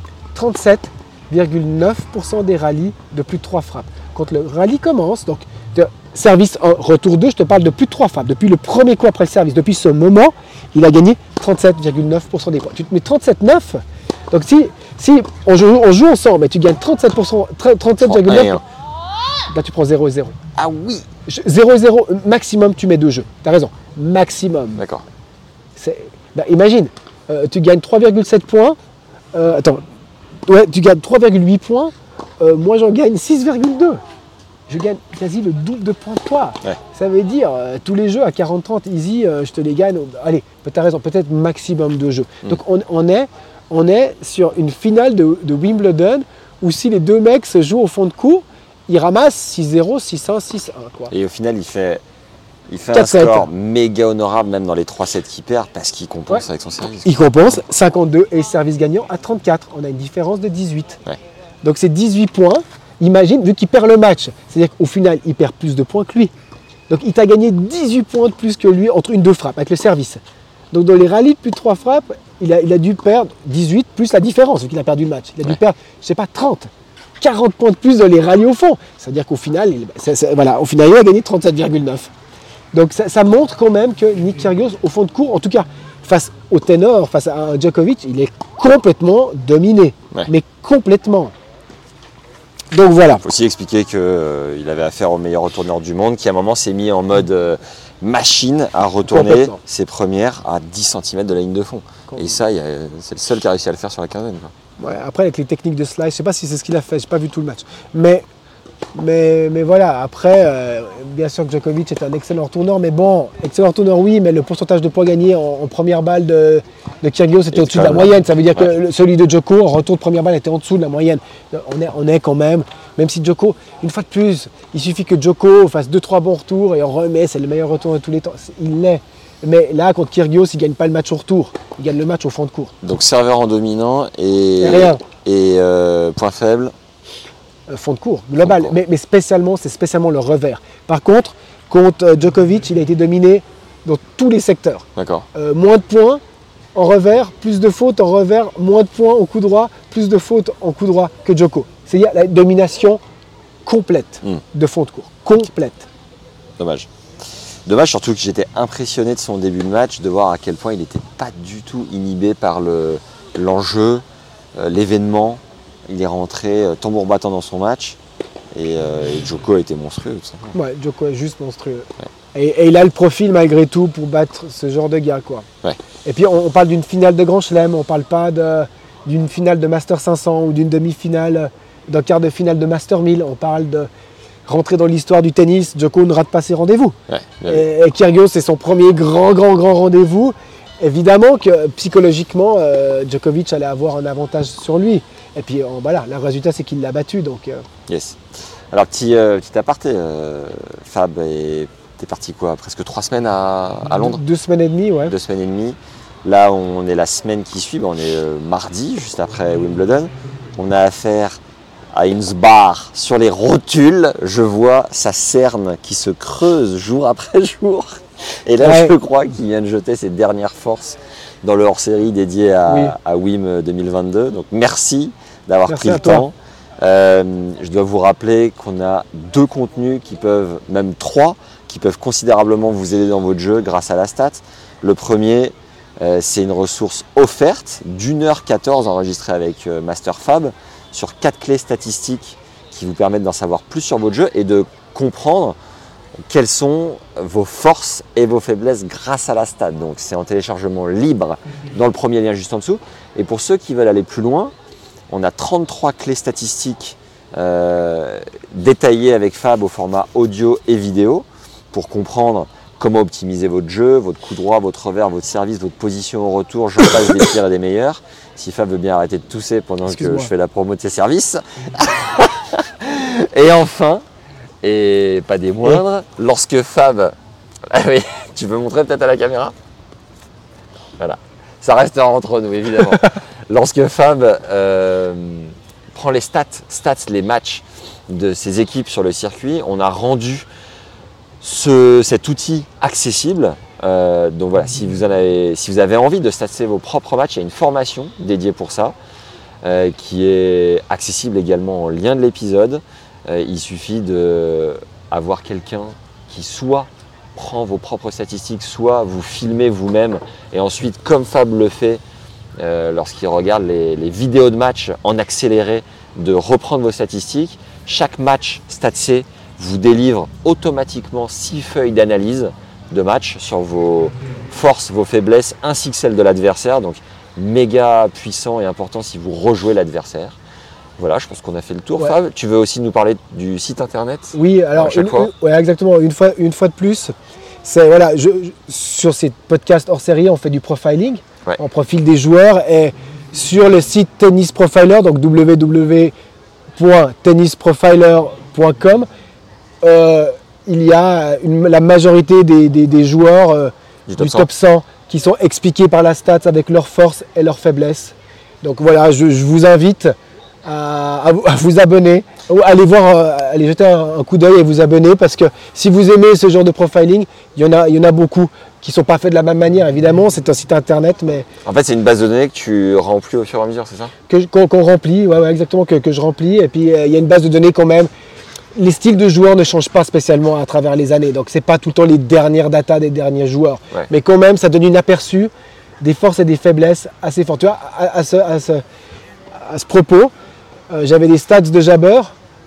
37,9% des rallyes de plus de 3 frappes. Quand le rallye commence, donc service 1, retour 2, je te parle de plus de 3 frappes. Depuis le premier coup après le service, depuis ce moment, il a gagné 37,9% des points. Tu te mets 37,9, donc si on joue ensemble et tu gagnes 37,9, là tu prends 0 et 0. Ah oui. 0-0, maximum, tu mets 2 jeux. Tu as raison, maximum. D'accord. Imagine, tu gagnes 3,7 points. Tu gagnes 3,8 points. Moi, j'en gagne 6,2. Je gagne quasi le double de points de toi. Ouais. Ça veut dire, tous les jeux à 40-30 easy, je te les gagne. Allez, tu as raison, peut-être maximum 2 jeux. Donc, on est sur une finale de Wimbledon où si les deux mecs se jouent au fond de cours, ils ramassent 6-0, 6-1, 6-1. Quoi. Et au final, il fait un 4-7. score méga honorable, même dans les 3 sets qu'il perd, parce qu'il compense avec son service. Il compense 52 et service gagnant à 34. On a une différence de 18. Ouais. Donc c'est 18 points. Imagine, vu qu'il perd le match, c'est-à-dire qu'au final, il perd plus de points que lui. Donc il t'a gagné 18 points de plus que lui entre 1-2 frappes avec le service. Donc dans les rallyes de plus de 3 frappes, il a dû perdre 18 plus la différence, vu qu'il a perdu le match. Il a dû perdre, je sais pas, 30, 40 points de plus dans les rallyes au fond. C'est-à-dire qu'au final, au final, il a gagné 37,9. Donc ça montre quand même que Nick Kyrgios, au fond de cours, en tout cas face au ténor, face à Djokovic, il est complètement dominé. Ouais. Mais complètement. Donc voilà. Il faut aussi expliquer qu'il avait affaire au meilleur retourneur du monde, qui à un moment s'est mis en mode machine à retourner Complètement. ses premières à 10 cm de la ligne de fond. Et ça, c'est le seul qui a réussi à le faire sur la quinzaine. Quoi. Ouais, après, avec les techniques de slice, je ne sais pas si c'est ce qu'il a fait, je n'ai pas vu tout le match. Mais voilà, après, bien sûr que Djokovic est un excellent retourneur, mais bon, excellent retourneur oui, mais le pourcentage de points gagnés en première balle de Kyrgios était au-dessus de la moyenne. Ça veut dire que celui de Djoko, en retour de première balle, était en dessous de la moyenne. On est quand même si Djoko, une fois de plus, il suffit que Djoko fasse 2-3 bons retours et on remet, c'est le meilleur retour de tous les temps. Il l'est. Mais là, contre Kyrgios, il ne gagne pas le match au retour, il gagne le match au fond de cours. Donc serveur en dominant et point faible. Fond de cours, global, Fond de cours. mais c'est spécialement le revers. Par contre Djokovic, il a été dominé dans tous les secteurs. D'accord. Moins de points en revers, plus de fautes en revers, moins de points au coup droit, plus de fautes en coup droit que Djoko. C'est-à-dire la domination complète de fond de cours. Complète. Dommage. Dommage, surtout que j'étais impressionné de son début de match, de voir à quel point il n'était pas du tout inhibé par l'enjeu, l'événement. Il est rentré tambour battant dans son match et Djoko a été monstrueux tout simplement. Ouais, Djoko est juste monstrueux. Ouais. Et il a le profil malgré tout pour battre ce genre de gars, quoi. Ouais. Et puis on parle d'une finale de Grand Chelem, on parle pas d'une finale de Master 500 ou d'une demi-finale, d'un quart de finale de Master 1000. On parle de rentrer dans l'histoire du tennis. Djoko ne rate pas ses rendez-vous. Ouais, et Kyrgios, c'est son premier grand rendez-vous. Évidemment que psychologiquement, Djokovic allait avoir un avantage sur lui. Et puis voilà, le résultat c'est qu'il l'a battu. Donc, Yes. Alors petit aparté, Fab, t'es parti quoi, presque 3 semaines à Londres ? 2 semaines et demie, ouais. 2 semaines et demie. Là on est la semaine qui suit, on est mardi, juste après Wimbledon. On a affaire à Innsbruck sur les rotules. Je vois sa cerne qui se creuse jour après jour. Et là, ouais. Je crois qu'il vient de jeter ses dernières forces dans le hors-série dédié à WIM 2022. Donc merci d'avoir pris le temps. Je dois vous rappeler qu'on a 2 contenus qui peuvent, même 3, qui peuvent considérablement vous aider dans votre jeu grâce à la stat. Le premier, c'est une ressource offerte d'1h14 enregistrée avec Master Fab sur 4 clés statistiques qui vous permettent d'en savoir plus sur votre jeu et de comprendre quelles sont vos forces et vos faiblesses grâce à la stat. Donc c'est en téléchargement libre dans le premier lien juste en dessous. Et pour ceux qui veulent aller plus loin, on a 33 clés statistiques détaillées avec Fab au format audio et vidéo pour comprendre comment optimiser votre jeu, votre coup droit, votre revers, votre service, votre position au retour, j'en passe des pires et des meilleurs. Si Fab veut bien arrêter de tousser pendant que je fais la promo de ses services. Et enfin, et pas des moindres, lorsque Fab... Ah oui, tu peux montrer peut-être à la caméra ? Voilà, ça restera entre nous évidemment. Lorsque Fab prend les stats, les matchs de ses équipes sur le circuit, on a rendu cet outil accessible. Donc voilà, si vous avez envie de statser vos propres matchs, il y a une formation dédiée pour ça qui est accessible également en lien de l'épisode. Il suffit d'avoir quelqu'un qui soit prend vos propres statistiques, soit vous filmez vous-même et ensuite, comme Fab le fait lorsqu'il regarde les vidéos de match en accéléré, de reprendre vos statistiques. Chaque match statsé vous délivre automatiquement 6 feuilles d'analyse de match sur vos forces, vos faiblesses, ainsi que celles de l'adversaire. Donc méga puissant et important si vous rejouez l'adversaire. Voilà, je pense qu'on a fait le tour. Ouais. Fab, tu veux aussi nous parler du site internet? Oui, alors ouais, exactement, une fois de plus, c'est voilà, sur ces podcasts hors série, on fait du profiling, Ouais. on profile des joueurs et sur le site Tennis Profiler, donc www.tennisprofiler.com, il y a la majorité des joueurs du top 100 qui sont expliqués par la stats avec leurs forces et leurs faiblesses. Donc voilà, je vous invite à vous abonner, allez jeter un coup d'œil et vous abonner, parce que si vous aimez ce genre de profiling, il y en a beaucoup qui ne sont pas faits de la même manière. Évidemment, c'est un site internet, mais En fait, c'est une base de données que tu remplis au fur et à mesure, c'est ça? qu'on remplit, ouais, exactement, que je remplis. Et puis il y a une base de données quand même. Les styles de joueurs ne changent pas spécialement à travers les années, donc c'est pas tout le temps les dernières datas des derniers joueurs, Ouais. mais quand même ça donne une aperçu des forces et des faiblesses assez fortes. Tu vois, à ce propos, j'avais des stats de Jabber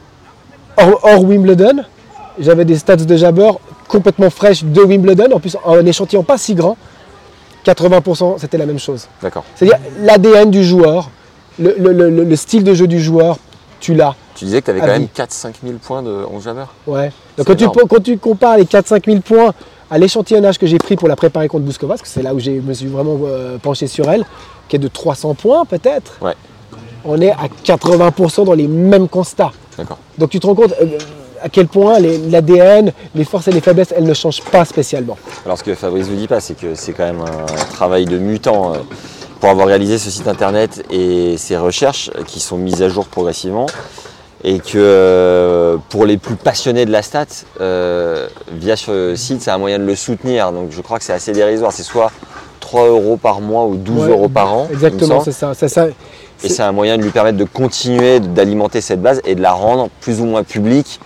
hors Wimbledon, j'avais des stats de Jabber complètement fraîches de Wimbledon, en plus un échantillon pas si grand, 80% c'était la même chose. D'accord. C'est-à-dire l'ADN du joueur, le style de jeu du joueur, tu l'as. Tu disais que tu avais À quand même vie. 4-5 000 points de 11 Jabber. Ouais. C'est Donc énorme. quand tu compares les 4-5 000 points à l'échantillonnage que j'ai pris pour la préparer contre Bouskova, parce que c'est là où je me suis vraiment penché sur elle, qui est de 300 points peut-être, Ouais, on est à 80% dans les mêmes constats. d'accord. Donc tu te rends compte à quel point l'ADN, les forces et les faiblesses, elles ne changent pas spécialement. Alors ce que Fabrice vous dit pas, c'est que c'est quand même un travail de mutant pour avoir réalisé ce site internet et ces recherches qui sont mises à jour progressivement. Et que pour les plus passionnés de la stat, via ce site, c'est un moyen de le soutenir. Donc je crois que c'est assez dérisoire. C'est soit 3 € par mois ou 12 Ouais, € par an. il me Exactement, semble. c'est ça. Et c'est un moyen de lui permettre de continuer d'alimenter cette base et de la rendre plus ou moins publique,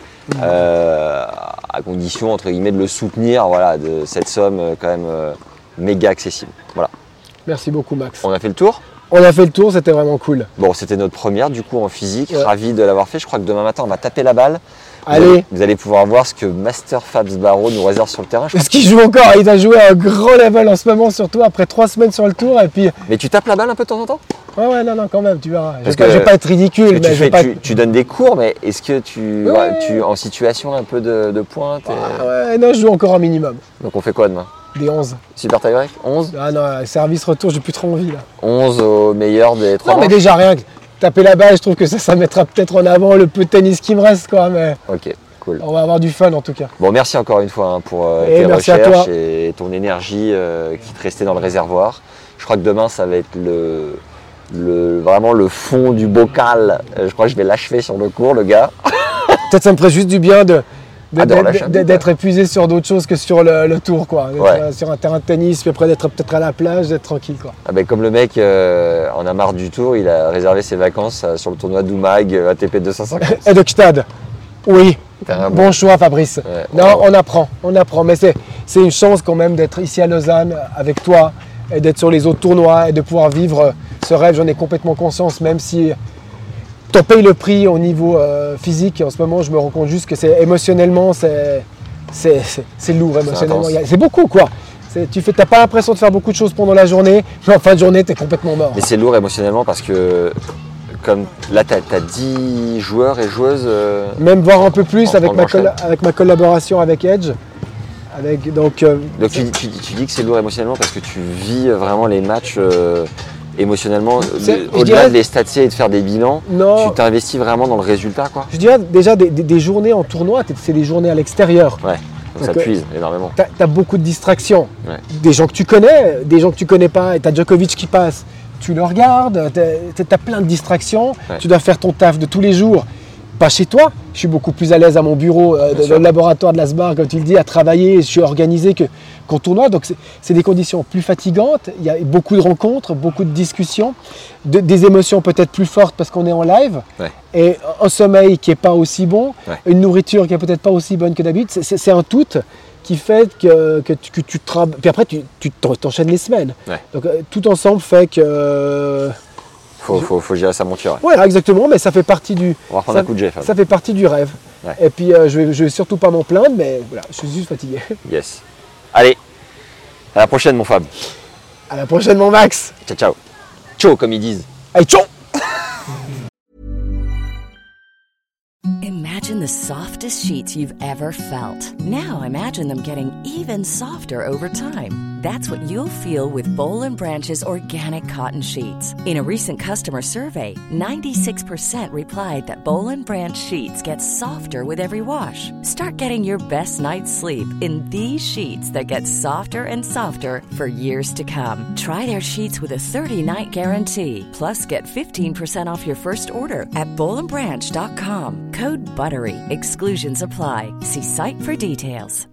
à condition, entre guillemets, de le soutenir, voilà, de cette somme quand même méga accessible. Voilà. Merci beaucoup Max. On a fait le tour. On a fait le tour, c'était vraiment cool. Bon, c'était notre première du coup en physique. Ouais. Ravi de l'avoir fait. Je crois que demain matin, on va taper la balle. Allez. Vous allez pouvoir voir ce que Master Fabs Barreau nous réserve sur le terrain. Parce qu'il joue encore, il a joué à un grand level en ce moment, surtout après 3 semaines sur le tour. Et puis, Mais tu tapes la balle un peu de temps en temps? ouais, non, quand même, tu verras. Je Parce vais que- pas être ridicule, Parce que mais je vais pas. tu donnes des cours, mais est-ce que tu, Ouais. tu en situation un peu de pointe Ah ouais, non, je joue encore un minimum. Donc on fait quoi demain? Des 11. Super tie-break 11? Ah non, service retour, j'ai plus trop envie là. 11 au meilleur des 3 Non, mais déjà rien que taper la balle, je trouve que ça mettra peut-être en avant le peu de tennis qui me reste, quoi. Mais Ok, cool. on va avoir du fun en tout cas. Bon, merci encore une fois pour Et tes merci à recherches toi. et ton énergie qui te restait dans le réservoir. Je crois que demain, ça va être vraiment le fond du bocal. Je crois que je vais l'achever sur le cours, le gars. Peut-être ça me ferait juste du bien Adore la chaîne, d'être épuisé sur d'autres choses que sur le tour, quoi. D'être, Ouais. sur un terrain de tennis, puis après d'être peut-être à la plage, d'être tranquille, quoi. Ah ben, comme le mec en a marre du tour, il a réservé ses vacances sur le tournoi d'Oumag ATP 250. Et de Gstad. Oui, Carrément. bon choix Fabrice. Ouais, Non, ouais. on apprend. Mais c'est une chance quand même d'être ici à Lausanne avec toi et d'être sur les autres tournois et de pouvoir vivre ce rêve. J'en ai complètement conscience, même si t'en payes le prix au niveau physique. En ce moment, je me rends compte juste que c'est émotionnellement, c'est lourd émotionnellement. intense. C'est beaucoup, quoi. T'as pas l'impression de faire beaucoup de choses pendant la journée, mais en fin de journée, t'es complètement mort. Mais c'est lourd émotionnellement parce que, comme là, tu as 10 joueurs et joueuses. Même voir un peu plus En avec enchaîne. ma collaboration avec Edge. Donc tu dis que c'est lourd émotionnellement parce que tu vis vraiment les matchs émotionnellement. Je Au-delà dirais- de les statier et de faire des bilans, Non. tu t'investis vraiment dans le résultat, quoi. Je dirais déjà des journées en tournoi, c'est des journées à l'extérieur. Ouais, donc ça Donc, puise énormément. T'as beaucoup de distractions. Ouais. Des gens que tu connais, des gens que tu connais pas. Et t'as Djokovic qui passe, tu le regardes, t'as plein de distractions. Ouais. Tu dois faire ton taf de tous les jours. Pas chez toi. Je suis beaucoup plus à l'aise à mon bureau, dans sûr. le laboratoire de l'Asbar, comme tu le dis, à travailler. Je suis organisé qu'en tournoi. Donc c'est des conditions plus fatigantes. Il y a beaucoup de rencontres, beaucoup de discussions, des émotions peut-être plus fortes parce qu'on est en live. Ouais. Et un sommeil qui n'est pas aussi bon, Ouais. une nourriture qui n'est peut-être pas aussi bonne que d'habitude. C'est un tout qui fait que tu travailles. Puis après, tu t'enchaînes les semaines. Ouais. Donc tout ensemble fait que. Faut gérer sa monture. Ouais. Voilà, exactement, mais ça fait partie du. On va reprendre ça, un coup de jet, Fab. ça fait partie du rêve. Ouais. Et puis je vais surtout pas m'en plaindre, mais voilà, je suis juste fatigué. Yes. Allez, à la prochaine mon Fab. À la prochaine mon Max. Ciao ciao. Ciao comme ils disent. Allez, ciao. Imagine the softest sheets you've ever felt. Now imagine them getting even softer over time. That's what you'll feel with Boll & Branch's organic cotton sheets. In a recent customer survey, 96% replied that Boll & Branch sheets get softer with every wash. Start getting your best night's sleep in these sheets that get softer and softer for years to come. Try their sheets with a 30-night guarantee. Plus, get 15% off your first order at bollandbranch.com. Code BUTTERY. Exclusions apply. See site for details.